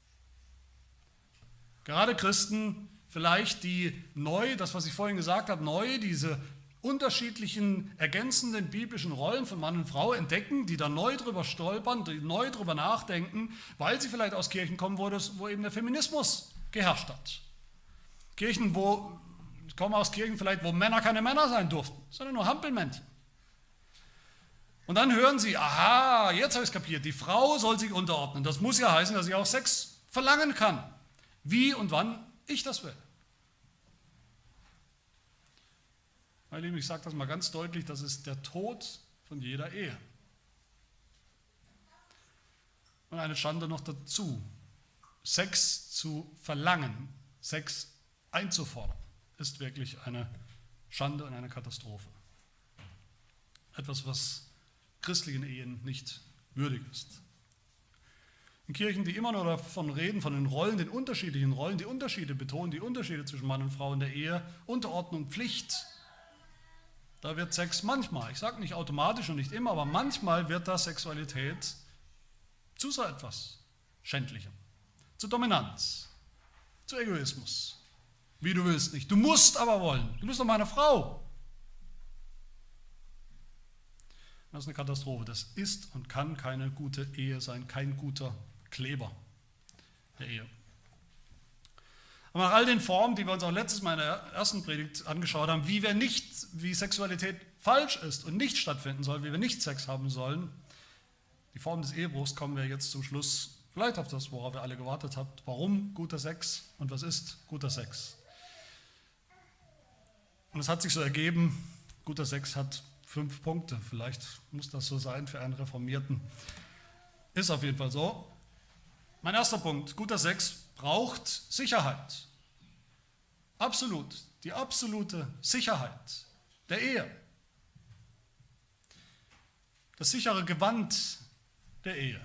Gerade Christen, vielleicht die neu, das was ich vorhin gesagt habe, neu diese unterschiedlichen ergänzenden biblischen Rollen von Mann und Frau entdecken, die da neu drüber stolpern, die neu drüber nachdenken, weil sie vielleicht aus Kirchen kommen, wo, das, wo eben der Feminismus geherrscht hat. Kirchen, wo, ich komme aus Kirchen vielleicht, wo Männer keine Männer sein durften, sondern nur Hampelmännchen. Und dann hören sie, aha, jetzt habe ich es kapiert, die Frau soll sich unterordnen. Das muss ja heißen, dass sie auch Sex verlangen kann. Wie und wann ich das will. Meine Lieben, ich sage das mal ganz deutlich, das ist der Tod von jeder Ehe. Und eine Schande noch dazu, Sex zu verlangen, Sex einzufordern, ist wirklich eine Schande und eine Katastrophe. Etwas, was christlichen Ehen nicht würdig ist. In Kirchen, die immer nur davon reden, von den Rollen, den unterschiedlichen Rollen, die Unterschiede betonen, die Unterschiede zwischen Mann und Frau in der Ehe, Unterordnung, Pflicht, da wird Sex manchmal, ich sage nicht automatisch und nicht immer, aber manchmal wird da Sexualität zu so etwas Schändlichem, zu Dominanz, zu Egoismus. Wie du willst nicht, du musst aber wollen, du bist doch meine Frau. Das ist eine Katastrophe, das ist und kann keine gute Ehe sein, kein guter Kleber der Ehe. Aber nach all den Formen, die wir uns auch letztes Mal in der ersten Predigt angeschaut haben, wie wir nicht, wie Sexualität falsch ist und nicht stattfinden soll, wie wir nicht Sex haben sollen, die Form des Ehebruchs, kommen wir jetzt zum Schluss vielleicht auf das, worauf ihr alle gewartet habt. Warum guter Sex und was ist guter Sex? Und es hat sich so ergeben, guter Sex hat fünf Punkte. Vielleicht muss das so sein für einen Reformierten. Ist auf jeden Fall so. Mein erster Punkt, guter Sex braucht Sicherheit. Absolut, die absolute Sicherheit der Ehe. Das sichere Gewand der Ehe.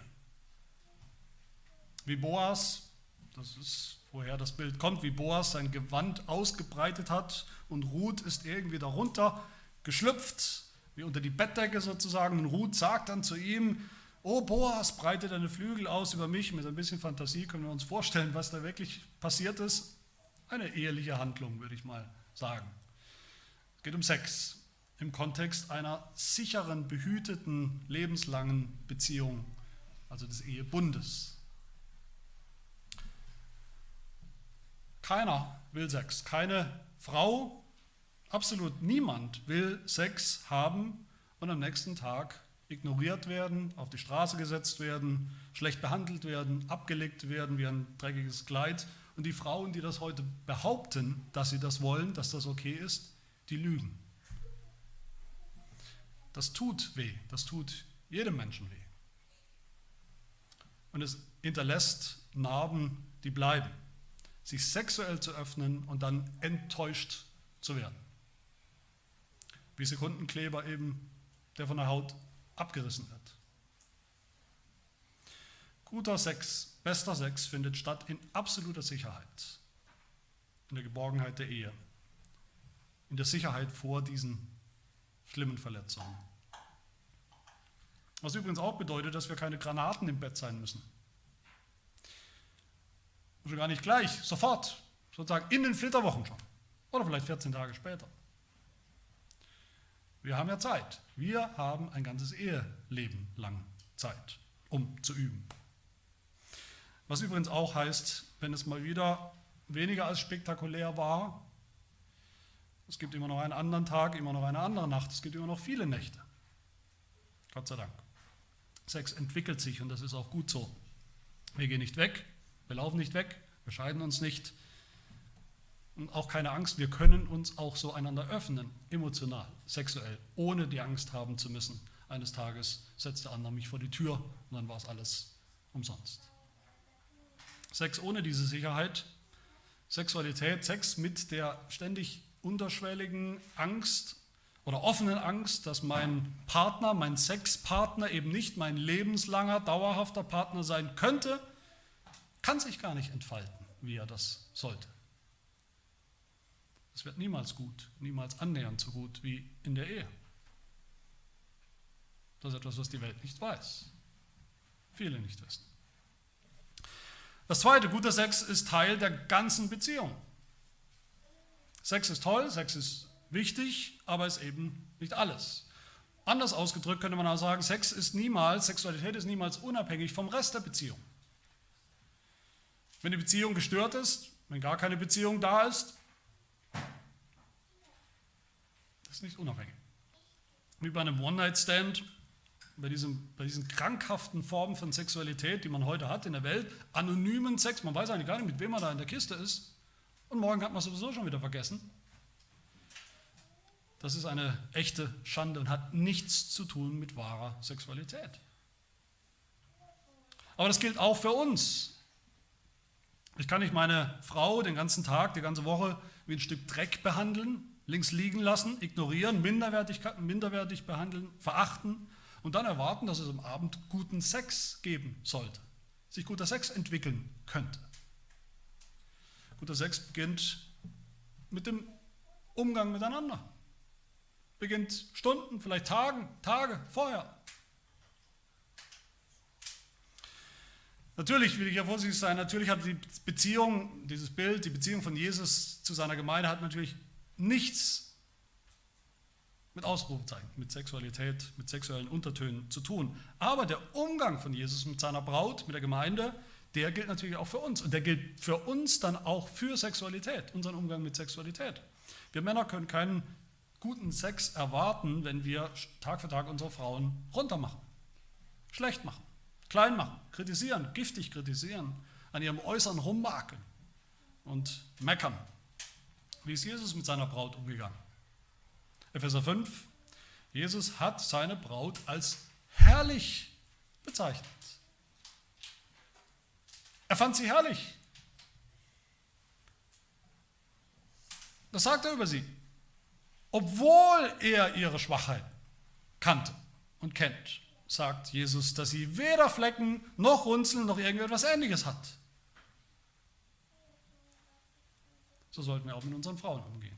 Wie Boas, das ist, woher das Bild kommt, wie Boas sein Gewand ausgebreitet hat und Ruth ist irgendwie darunter geschlüpft, wie unter die Bettdecke sozusagen. Und Ruth sagt dann zu ihm, oh Boas, breite deine Flügel aus über mich. Mit ein bisschen Fantasie können wir uns vorstellen, was da wirklich passiert ist. Eine eheliche Handlung, würde ich mal sagen. Es geht um Sex im Kontext einer sicheren, behüteten, lebenslangen Beziehung, also des Ehebundes. Keiner will Sex, keine Frau, absolut niemand will Sex haben und am nächsten Tag ignoriert werden, auf die Straße gesetzt werden, schlecht behandelt werden, abgelegt werden wie ein dreckiges Kleid. Und die Frauen, die das heute behaupten, dass sie das wollen, dass das okay ist, die lügen. Das tut weh, das tut jedem Menschen weh. Und es hinterlässt Narben, die bleiben. sich sexuell zu öffnen und dann enttäuscht zu werden. Wie Sekundenkleber eben, der von der Haut abgerissen wird. Guter Sex, bester Sex findet statt in absoluter Sicherheit, in der Geborgenheit der Ehe, in der Sicherheit vor diesen schlimmen Verletzungen. Was übrigens auch bedeutet, dass wir keine Granaten im Bett sein müssen. Schon gar nicht gleich, sofort, sozusagen in den Flitterwochen schon. Oder vielleicht vierzehn Tage später. Wir haben ja Zeit. Wir haben ein ganzes Eheleben lang Zeit, um zu üben. Was übrigens auch heißt, wenn es mal wieder weniger als spektakulär war, es gibt immer noch einen anderen Tag, immer noch eine andere Nacht, es gibt immer noch viele Nächte. Gott sei Dank. Sex entwickelt sich und das ist auch gut so. Wir gehen nicht weg, wir laufen nicht weg, wir scheiden uns nicht. Und auch keine Angst, wir können uns auch so einander öffnen, emotional, sexuell, ohne die Angst haben zu müssen. Eines Tages setzt der andere mich vor die Tür und dann war es alles umsonst. Sex ohne diese Sicherheit, Sexualität, Sex mit der ständig unterschwelligen Angst oder offenen Angst, dass mein Partner, mein Sexpartner eben nicht mein lebenslanger, dauerhafter Partner sein könnte, kann sich gar nicht entfalten, wie er das sollte. Es wird niemals gut, niemals annähernd so gut wie in der Ehe. Das ist etwas, was die Welt nicht weiß. Viele nicht wissen. Das zweite, guter Sex ist Teil der ganzen Beziehung. Sex ist toll, Sex ist wichtig, aber ist eben nicht alles. Anders ausgedrückt könnte man auch sagen, Sex ist niemals, Sexualität ist niemals unabhängig vom Rest der Beziehung. Wenn die Beziehung gestört ist, wenn gar keine Beziehung da ist, das ist nicht unabhängig. Wie bei einem One-Night-Stand, bei, diesem, bei diesen krankhaften Formen von Sexualität, die man heute hat in der Welt, anonymen Sex, man weiß eigentlich gar nicht, mit wem man da in der Kiste ist und morgen hat man sowieso schon wieder vergessen. Das ist eine echte Schande und hat nichts zu tun mit wahrer Sexualität. Aber das gilt auch für uns. Ich kann nicht meine Frau den ganzen Tag, die ganze Woche wie ein Stück Dreck behandeln, links liegen lassen, ignorieren, minderwertig, minderwertig behandeln, verachten und dann erwarten, dass es am Abend guten Sex geben sollte, sich guter Sex entwickeln könnte. Guter Sex beginnt mit dem Umgang miteinander. Beginnt Stunden, vielleicht Tagen, Tage vorher. Natürlich will ich ja vorsichtig sein, natürlich hat die Beziehung, dieses Bild, die Beziehung von Jesus zu seiner Gemeinde hat natürlich nichts mit Ausrufezeichen, mit Sexualität, mit sexuellen Untertönen zu tun. Aber der Umgang von Jesus mit seiner Braut, mit der Gemeinde, der gilt natürlich auch für uns. Und der gilt für uns dann auch für Sexualität, unseren Umgang mit Sexualität. Wir Männer können keinen guten Sex erwarten, wenn wir Tag für Tag unsere Frauen runtermachen, schlecht machen, klein machen, kritisieren, giftig kritisieren, an ihrem Äußeren rummakeln und meckern. Wie ist Jesus mit seiner Braut umgegangen? Epheser fünf, Jesus hat seine Braut als herrlich bezeichnet. Er fand sie herrlich. Das sagt er über sie. Obwohl er ihre Schwachheit kannte und kennt, sagt Jesus, dass sie weder Flecken noch Runzeln noch irgendetwas Ähnliches hat. So sollten wir auch mit unseren Frauen umgehen.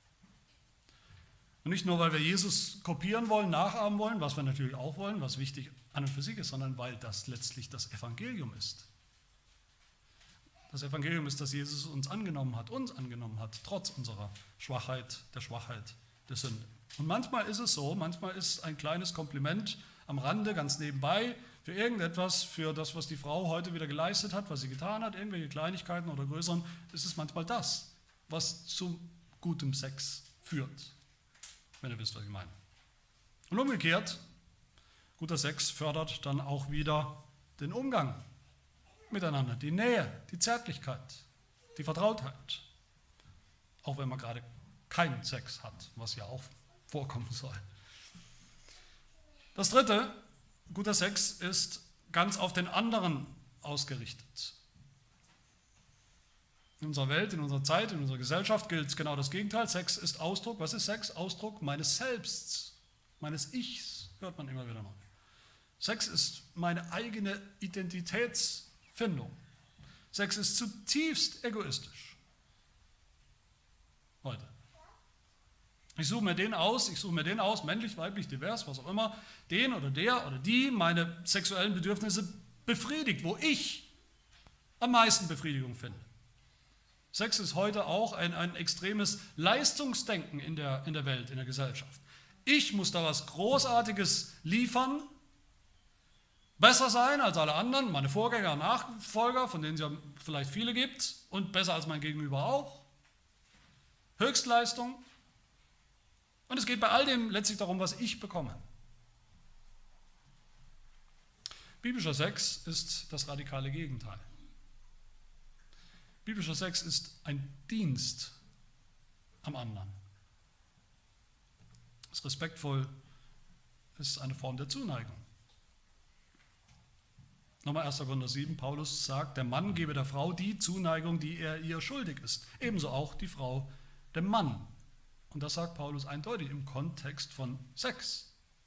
Und nicht nur, weil wir Jesus kopieren wollen, nachahmen wollen, was wir natürlich auch wollen, was wichtig an und für sich ist, sondern weil das letztlich das Evangelium ist. Das Evangelium ist, dass Jesus uns angenommen hat, uns angenommen hat, trotz unserer Schwachheit, der Schwachheit der Sünde. Und manchmal ist es so, manchmal ist ein kleines Kompliment am Rande, ganz nebenbei, für irgendetwas, für das, was die Frau heute wieder geleistet hat, was sie getan hat, irgendwelche Kleinigkeiten oder größeren, ist es manchmal das, was zu gutem Sex führt, wenn ihr wisst, was ich meine. Und umgekehrt, guter Sex fördert dann auch wieder den Umgang miteinander, die Nähe, die Zärtlichkeit, die Vertrautheit, auch wenn man gerade keinen Sex hat, was ja auch vorkommen soll. Das dritte, guter Sex ist ganz auf den anderen ausgerichtet. In unserer Welt, in unserer Zeit, in unserer Gesellschaft gilt genau das Gegenteil. Sex ist Ausdruck, was ist Sex? Ausdruck meines Selbsts, meines Ichs, hört man immer wieder mal. Sex ist meine eigene Identitätsfindung. Sex ist zutiefst egoistisch. Heute. Ich suche mir den aus, ich suche mir den aus, männlich, weiblich, divers, was auch immer, den oder der oder die meine sexuellen Bedürfnisse befriedigt, wo ich am meisten Befriedigung finde. Sex ist heute auch ein, ein extremes Leistungsdenken in der, in der Welt, in der Gesellschaft. Ich muss da was Großartiges liefern, besser sein als alle anderen, meine Vorgänger und Nachfolger, von denen es ja vielleicht viele gibt, und besser als mein Gegenüber auch. Höchstleistung. Und es geht bei all dem letztlich darum, was ich bekomme. Biblischer Sex ist das radikale Gegenteil. Biblischer Sex ist ein Dienst am anderen. Ist respektvoll, ist eine Form der Zuneigung. Nochmal erster Korinther sieben, Paulus sagt, der Mann gebe der Frau die Zuneigung, die er ihr schuldig ist. Ebenso auch die Frau dem Mann. Und das sagt Paulus eindeutig im Kontext von Sex.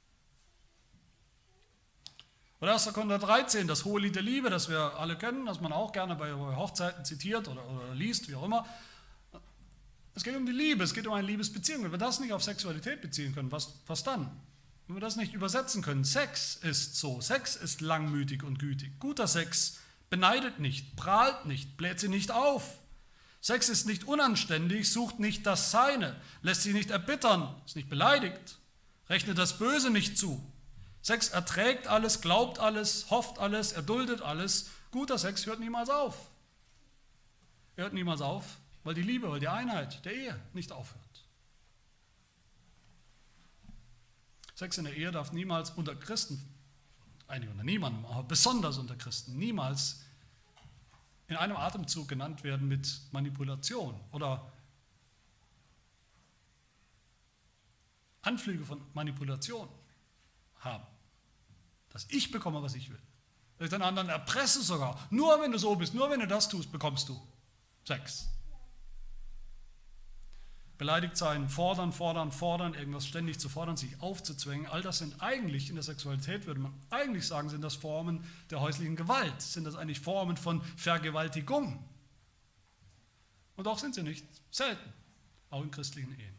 Oder erster Korinther dreizehn, das hohe Lied der Liebe, das wir alle kennen, das man auch gerne bei Hochzeiten zitiert oder, oder liest, wie auch immer. Es geht um die Liebe, es geht um eine Liebesbeziehung. Wenn wir das nicht auf Sexualität beziehen können, was, was dann? Wenn wir das nicht übersetzen können, Sex ist so, Sex ist langmütig und gütig. Guter Sex beneidet nicht, prahlt nicht, bläht sie nicht auf. Sex ist nicht unanständig, sucht nicht das Seine, lässt sich nicht erbittern, ist nicht beleidigt, rechnet das Böse nicht zu. Sex erträgt alles, glaubt alles, hofft alles, erduldet alles. Guter Sex hört niemals auf. Er hört niemals auf, weil die Liebe, weil die Einheit der Ehe nicht aufhört. Sex in der Ehe darf niemals unter Christen, einige unter niemandem, aber besonders unter Christen, niemals in einem Atemzug genannt werden mit Manipulation oder Anflüge von Manipulation haben. Dass ich bekomme, was ich will. Dass ich den anderen erpresse sogar. Nur wenn du so bist, nur wenn du das tust, bekommst du Sex. Beleidigt sein, fordern, fordern, fordern, irgendwas ständig zu fordern, sich aufzuzwängen, all das sind eigentlich, in der Sexualität würde man eigentlich sagen, sind das Formen der häuslichen Gewalt, sind das eigentlich Formen von Vergewaltigung. Und auch sind sie nicht selten, auch in christlichen Ehen.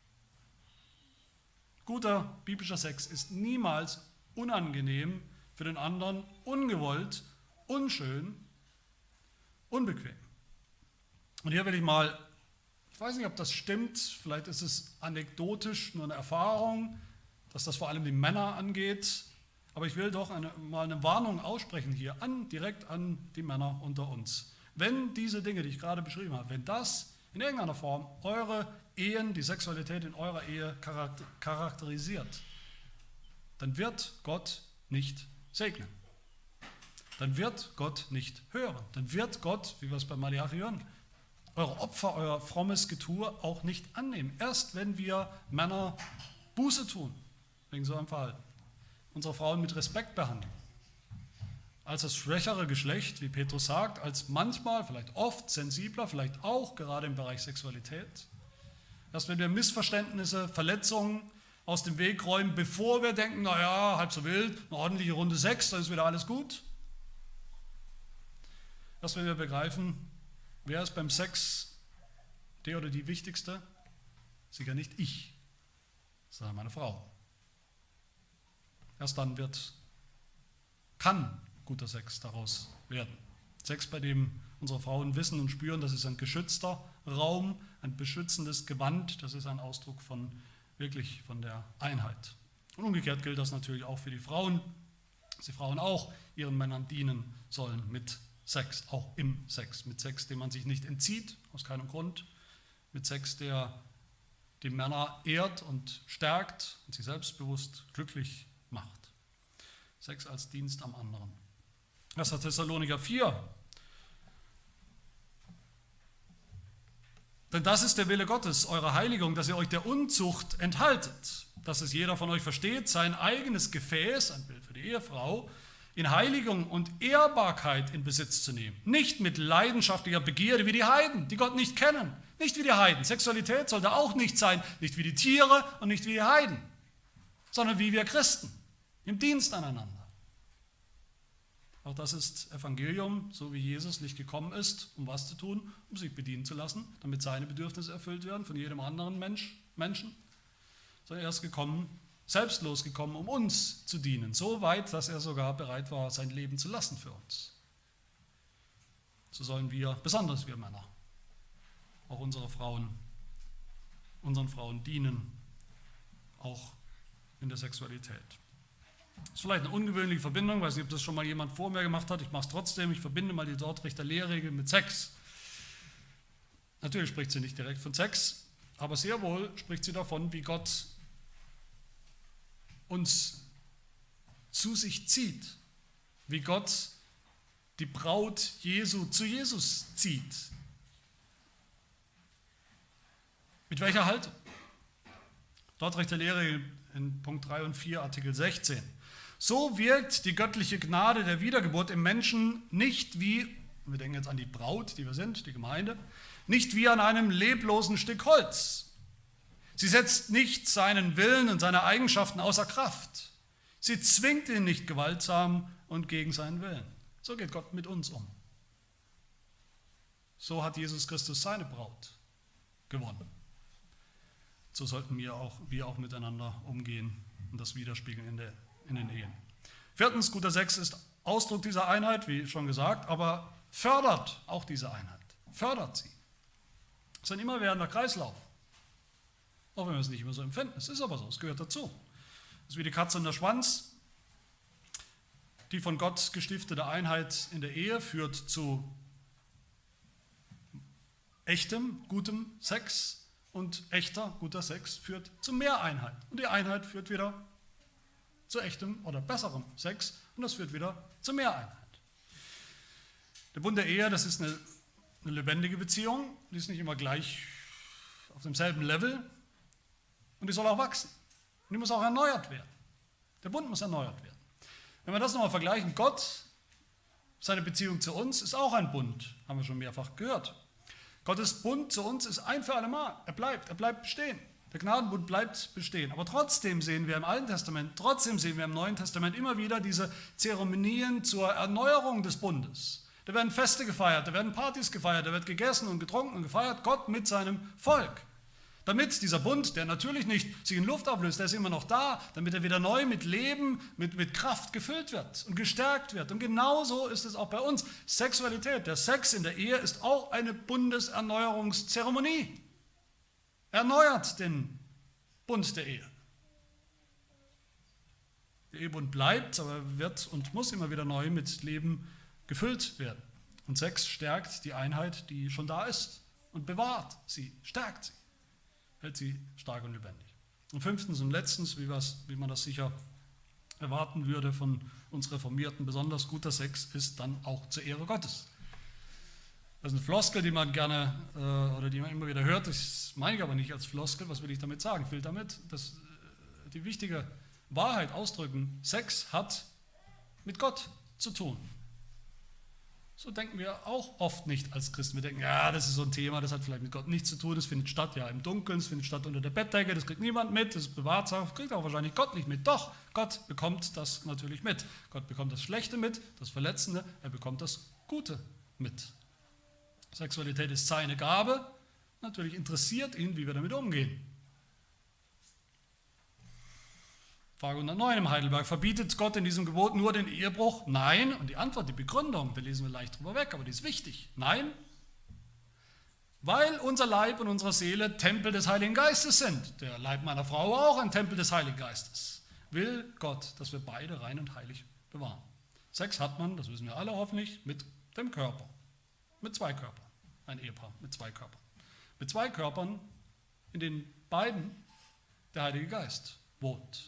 Guter biblischer Sex ist niemals unangenehm für den anderen, ungewollt, unschön, unbequem. Und hier will ich mal, ich weiß nicht, ob das stimmt, vielleicht ist es anekdotisch nur eine Erfahrung, dass das vor allem die Männer angeht, aber ich will doch eine, mal eine Warnung aussprechen hier, an, direkt an die Männer unter uns. Wenn diese Dinge, die ich gerade beschrieben habe, wenn das in irgendeiner Form eure Ehen, die Sexualität in eurer Ehe charakterisiert, dann wird Gott nicht segnen. Dann wird Gott nicht hören. Dann wird Gott, wie wir es bei Malachi hören, eure Opfer, euer frommes Getue auch nicht annehmen. Erst wenn wir Männer Buße tun, wegen so einem Verhalten, unsere Frauen mit Respekt behandeln, als das schwächere Geschlecht, wie Petrus sagt, als manchmal, vielleicht oft sensibler, vielleicht auch gerade im Bereich Sexualität, erst wenn wir Missverständnisse, Verletzungen aus dem Weg räumen, bevor wir denken, naja, halb so wild, eine ordentliche Runde Sex, dann ist wieder alles gut. Erst wenn wir begreifen, wer ist beim Sex der oder die Wichtigste? Sicher nicht ich, sondern meine Frau. Erst dann wird, kann guter Sex daraus werden. Sex, bei dem unsere Frauen wissen und spüren, das ist ein geschützter Raum, ein beschützendes Gewand, das ist ein Ausdruck von wirklich von der Einheit. Und umgekehrt gilt das natürlich auch für die Frauen, dass die Frauen auch ihren Männern dienen sollen mit Sex, auch im Sex, mit Sex, dem man sich nicht entzieht, aus keinem Grund, mit Sex, der die Männer ehrt und stärkt und sie selbstbewusst glücklich macht. Sex als Dienst am anderen. erster Thessalonicher vier. Denn das ist der Wille Gottes, eure Heiligung, dass ihr euch der Unzucht enthaltet, dass es jeder von euch versteht, sein eigenes Gefäß, ein Bild für die Ehefrau, in Heiligung und Ehrbarkeit in Besitz zu nehmen. Nicht mit leidenschaftlicher Begierde wie die Heiden, die Gott nicht kennen. Nicht wie die Heiden. Sexualität sollte auch nicht sein, nicht wie die Tiere und nicht wie die Heiden, sondern wie wir Christen, im Dienst aneinander. Auch das ist Evangelium, so wie Jesus nicht gekommen ist, um was zu tun, um sich bedienen zu lassen, damit seine Bedürfnisse erfüllt werden von jedem anderen Mensch, Menschen, sondern er ist gekommen, selbstlos gekommen, um uns zu dienen, so weit, dass er sogar bereit war, sein Leben zu lassen für uns. So sollen wir, besonders wir Männer, auch unsere Frauen, unseren Frauen dienen, auch in der Sexualität. Das ist vielleicht eine ungewöhnliche Verbindung, ich weiß nicht, ob das schon mal jemand vor mir gemacht hat, ich mache es trotzdem, ich verbinde mal die Dortrichter Lehrregel mit Sex. Natürlich spricht sie nicht direkt von Sex, aber sehr wohl spricht sie davon, wie Gott uns zu sich zieht, wie Gott die Braut Jesu zu Jesus zieht. Mit welcher Haltung? Dortrichter Lehrregel in Punkt drei und vier, Artikel sechzehn. So wirkt die göttliche Gnade der Wiedergeburt im Menschen nicht wie, wir denken jetzt an die Braut, die wir sind, die Gemeinde, nicht wie an einem leblosen Stück Holz. Sie setzt nicht seinen Willen und seine Eigenschaften außer Kraft. Sie zwingt ihn nicht gewaltsam und gegen seinen Willen. So geht Gott mit uns um. So hat Jesus Christus seine Braut gewonnen. So sollten wir auch, wir auch miteinander umgehen und das widerspiegeln in, der, in den Ehen. Viertens, guter Sex ist Ausdruck dieser Einheit, wie schon gesagt, aber fördert auch diese Einheit. Fördert sie. Es ist ein immerwährender Kreislauf. Auch wenn wir es nicht immer so empfinden. Es ist aber so, es gehört dazu. Es ist wie die Katze und der Schwanz. Die von Gott gestiftete Einheit in der Ehe führt zu echtem, gutem Sex. Und echter, guter Sex führt zu mehr Einheit. Und die Einheit führt wieder zu echtem oder besserem Sex. Und das führt wieder zu mehr Einheit. Der Bund der Ehe, das ist eine, eine lebendige Beziehung. Die ist nicht immer gleich auf demselben Level. Und die soll auch wachsen. Und die muss auch erneuert werden. Der Bund muss erneuert werden. Wenn wir das nochmal vergleichen, Gott, seine Beziehung zu uns, ist auch ein Bund. Haben wir schon mehrfach gehört. Gottes Bund zu uns ist ein für alle Mal. Er bleibt, er bleibt bestehen. Der Gnadenbund bleibt bestehen. Aber trotzdem sehen wir im Alten Testament, trotzdem sehen wir im Neuen Testament immer wieder diese Zeremonien zur Erneuerung des Bundes. Da werden Feste gefeiert, da werden Partys gefeiert, da wird gegessen und getrunken und gefeiert, Gott mit seinem Volk. Damit dieser Bund, der natürlich nicht sich in Luft auflöst, der ist immer noch da, damit er wieder neu mit Leben, mit, mit Kraft gefüllt wird und gestärkt wird. Und genauso ist es auch bei uns. Sexualität, der Sex in der Ehe ist auch eine Bundeserneuerungszeremonie. Erneuert den Bund der Ehe. Der Ehebund bleibt, aber wird und muss immer wieder neu mit Leben gefüllt werden. Und Sex stärkt die Einheit, die schon da ist und bewahrt sie, stärkt sie. Hält sie stark und lebendig. Und fünftens und letztens, wie, wie man das sicher erwarten würde von uns Reformierten, besonders guter Sex ist dann auch zur Ehre Gottes. Das ist eine Floskel, die man gerne äh, oder die man immer wieder hört. Das meine ich aber nicht als Floskel. Was will ich damit sagen? Ich will damit dass, äh, die wichtige Wahrheit ausdrücken. Sex hat mit Gott zu tun. So denken wir auch oft nicht als Christen. Wir denken, ja, das ist so ein Thema, das hat vielleicht mit Gott nichts zu tun, das findet statt ja im Dunkeln, das findet statt unter der Bettdecke, das kriegt niemand mit, das ist Privatsache, das kriegt auch wahrscheinlich Gott nicht mit. Doch, Gott bekommt das natürlich mit. Gott bekommt das Schlechte mit, das Verletzende, er bekommt das Gute mit. Sexualität ist seine Gabe, natürlich interessiert ihn, wie wir damit umgehen. Frage hundertneun im Heidelberg. Verbietet Gott in diesem Gebot nur den Ehebruch? Nein. Und die Antwort, die Begründung, da lesen wir leicht drüber weg, aber die ist wichtig. Nein. Weil unser Leib und unsere Seele Tempel des Heiligen Geistes sind. Der Leib meiner Frau auch ein Tempel des Heiligen Geistes. Will Gott, dass wir beide rein und heilig bewahren. Sex hat man, das wissen wir alle hoffentlich, mit dem Körper. Mit zwei Körpern. Ein Ehepaar mit zwei Körpern. Mit zwei Körpern, in denen beiden der Heilige Geist wohnt.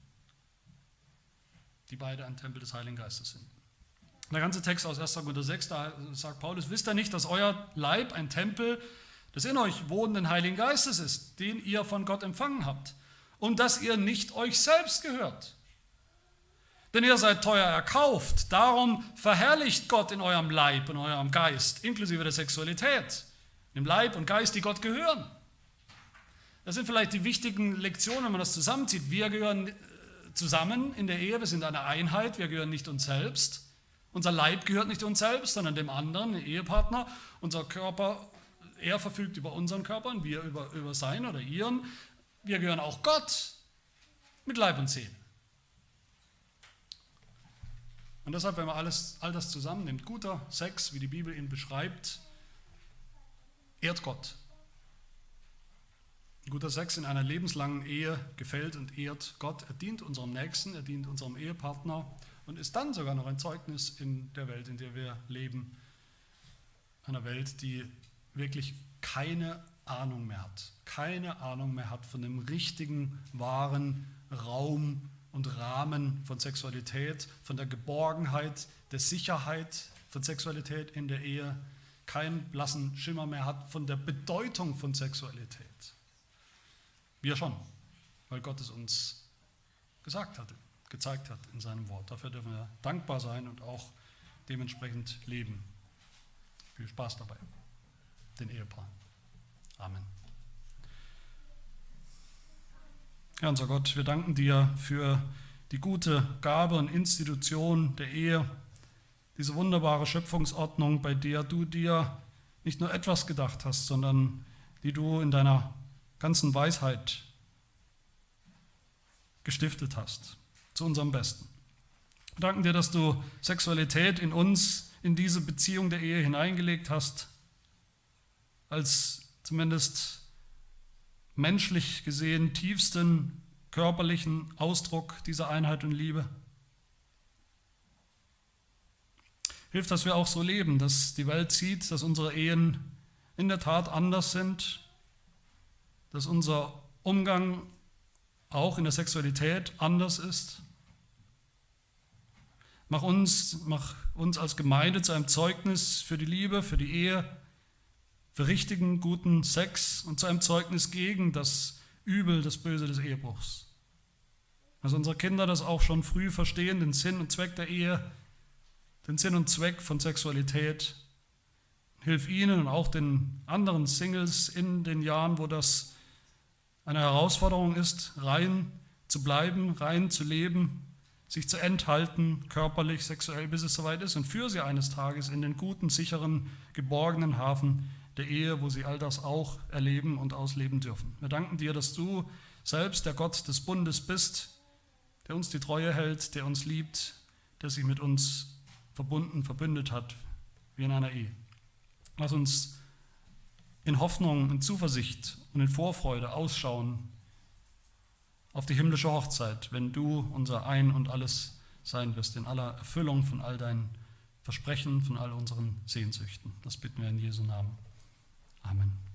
Die beide ein Tempel des Heiligen Geistes sind. Der ganze Text aus erster Korinther sechs, da sagt Paulus, wisst ihr nicht, dass euer Leib ein Tempel des in euch wohnenden Heiligen Geistes ist, den ihr von Gott empfangen habt und dass ihr nicht euch selbst gehört. Denn ihr seid teuer erkauft, darum verherrlicht Gott in eurem Leib und eurem Geist, inklusive der Sexualität, im Leib und Geist, die Gott gehören. Das sind vielleicht die wichtigen Lektionen, wenn man das zusammenzieht. Wir gehören zusammen in der Ehe, wir sind eine Einheit, wir gehören nicht uns selbst. Unser Leib gehört nicht uns selbst, sondern dem anderen, dem Ehepartner. Unser Körper, er verfügt über unseren Körper und wir über, über seinen oder ihren. Wir gehören auch Gott mit Leib und Seele. Und deshalb, wenn man alles, all das zusammennimmt, guter Sex, wie die Bibel ihn beschreibt, ehrt Gott. Guter Sex in einer lebenslangen Ehe gefällt und ehrt Gott. Er dient unserem Nächsten, er dient unserem Ehepartner und ist dann sogar noch ein Zeugnis in der Welt, in der wir leben. Einer Welt, die wirklich keine Ahnung mehr hat. Keine Ahnung mehr hat von dem richtigen, wahren Raum und Rahmen von Sexualität, von der Geborgenheit, der Sicherheit von Sexualität in der Ehe, keinen blassen Schimmer mehr hat von der Bedeutung von Sexualität. Wir schon, weil Gott es uns gesagt hat, gezeigt hat in seinem Wort. Dafür dürfen wir dankbar sein und auch dementsprechend leben. Viel Spaß dabei, den Ehepaaren. Amen. Ja, unser Gott, wir danken dir für die gute Gabe und Institution der Ehe, diese wunderbare Schöpfungsordnung, bei der du dir nicht nur etwas gedacht hast, sondern die du in deiner ganzen Weisheit gestiftet hast, zu unserem Besten. Wir danken dir, dass du Sexualität in uns, in diese Beziehung der Ehe hineingelegt hast, als zumindest menschlich gesehen tiefsten körperlichen Ausdruck dieser Einheit und Liebe. Hilf, dass wir auch so leben, dass die Welt sieht, dass unsere Ehen in der Tat anders sind, dass unser Umgang auch in der Sexualität anders ist. Mach uns, mach uns als Gemeinde zu einem Zeugnis für die Liebe, für die Ehe, für richtigen, guten Sex und zu einem Zeugnis gegen das Übel, das Böse des Ehebruchs. Dass unsere Kinder das auch schon früh verstehen, den Sinn und Zweck der Ehe, den Sinn und Zweck von Sexualität. Hilf ihnen und auch den anderen Singles in den Jahren, wo das eine Herausforderung ist, rein zu bleiben, rein zu leben, sich zu enthalten, körperlich, sexuell, bis es soweit ist und für sie eines Tages in den guten, sicheren, geborgenen Hafen der Ehe, wo sie all das auch erleben und ausleben dürfen. Wir danken dir, dass du selbst der Gott des Bundes bist, der uns die Treue hält, der uns liebt, der sich mit uns verbunden, verbündet hat, wie in einer Ehe. Lass uns in Hoffnung, in Zuversicht und in Vorfreude ausschauen auf die himmlische Hochzeit, wenn du unser Ein und Alles sein wirst, in aller Erfüllung von all deinen Versprechen, von all unseren Sehnsüchten. Das bitten wir in Jesu Namen. Amen.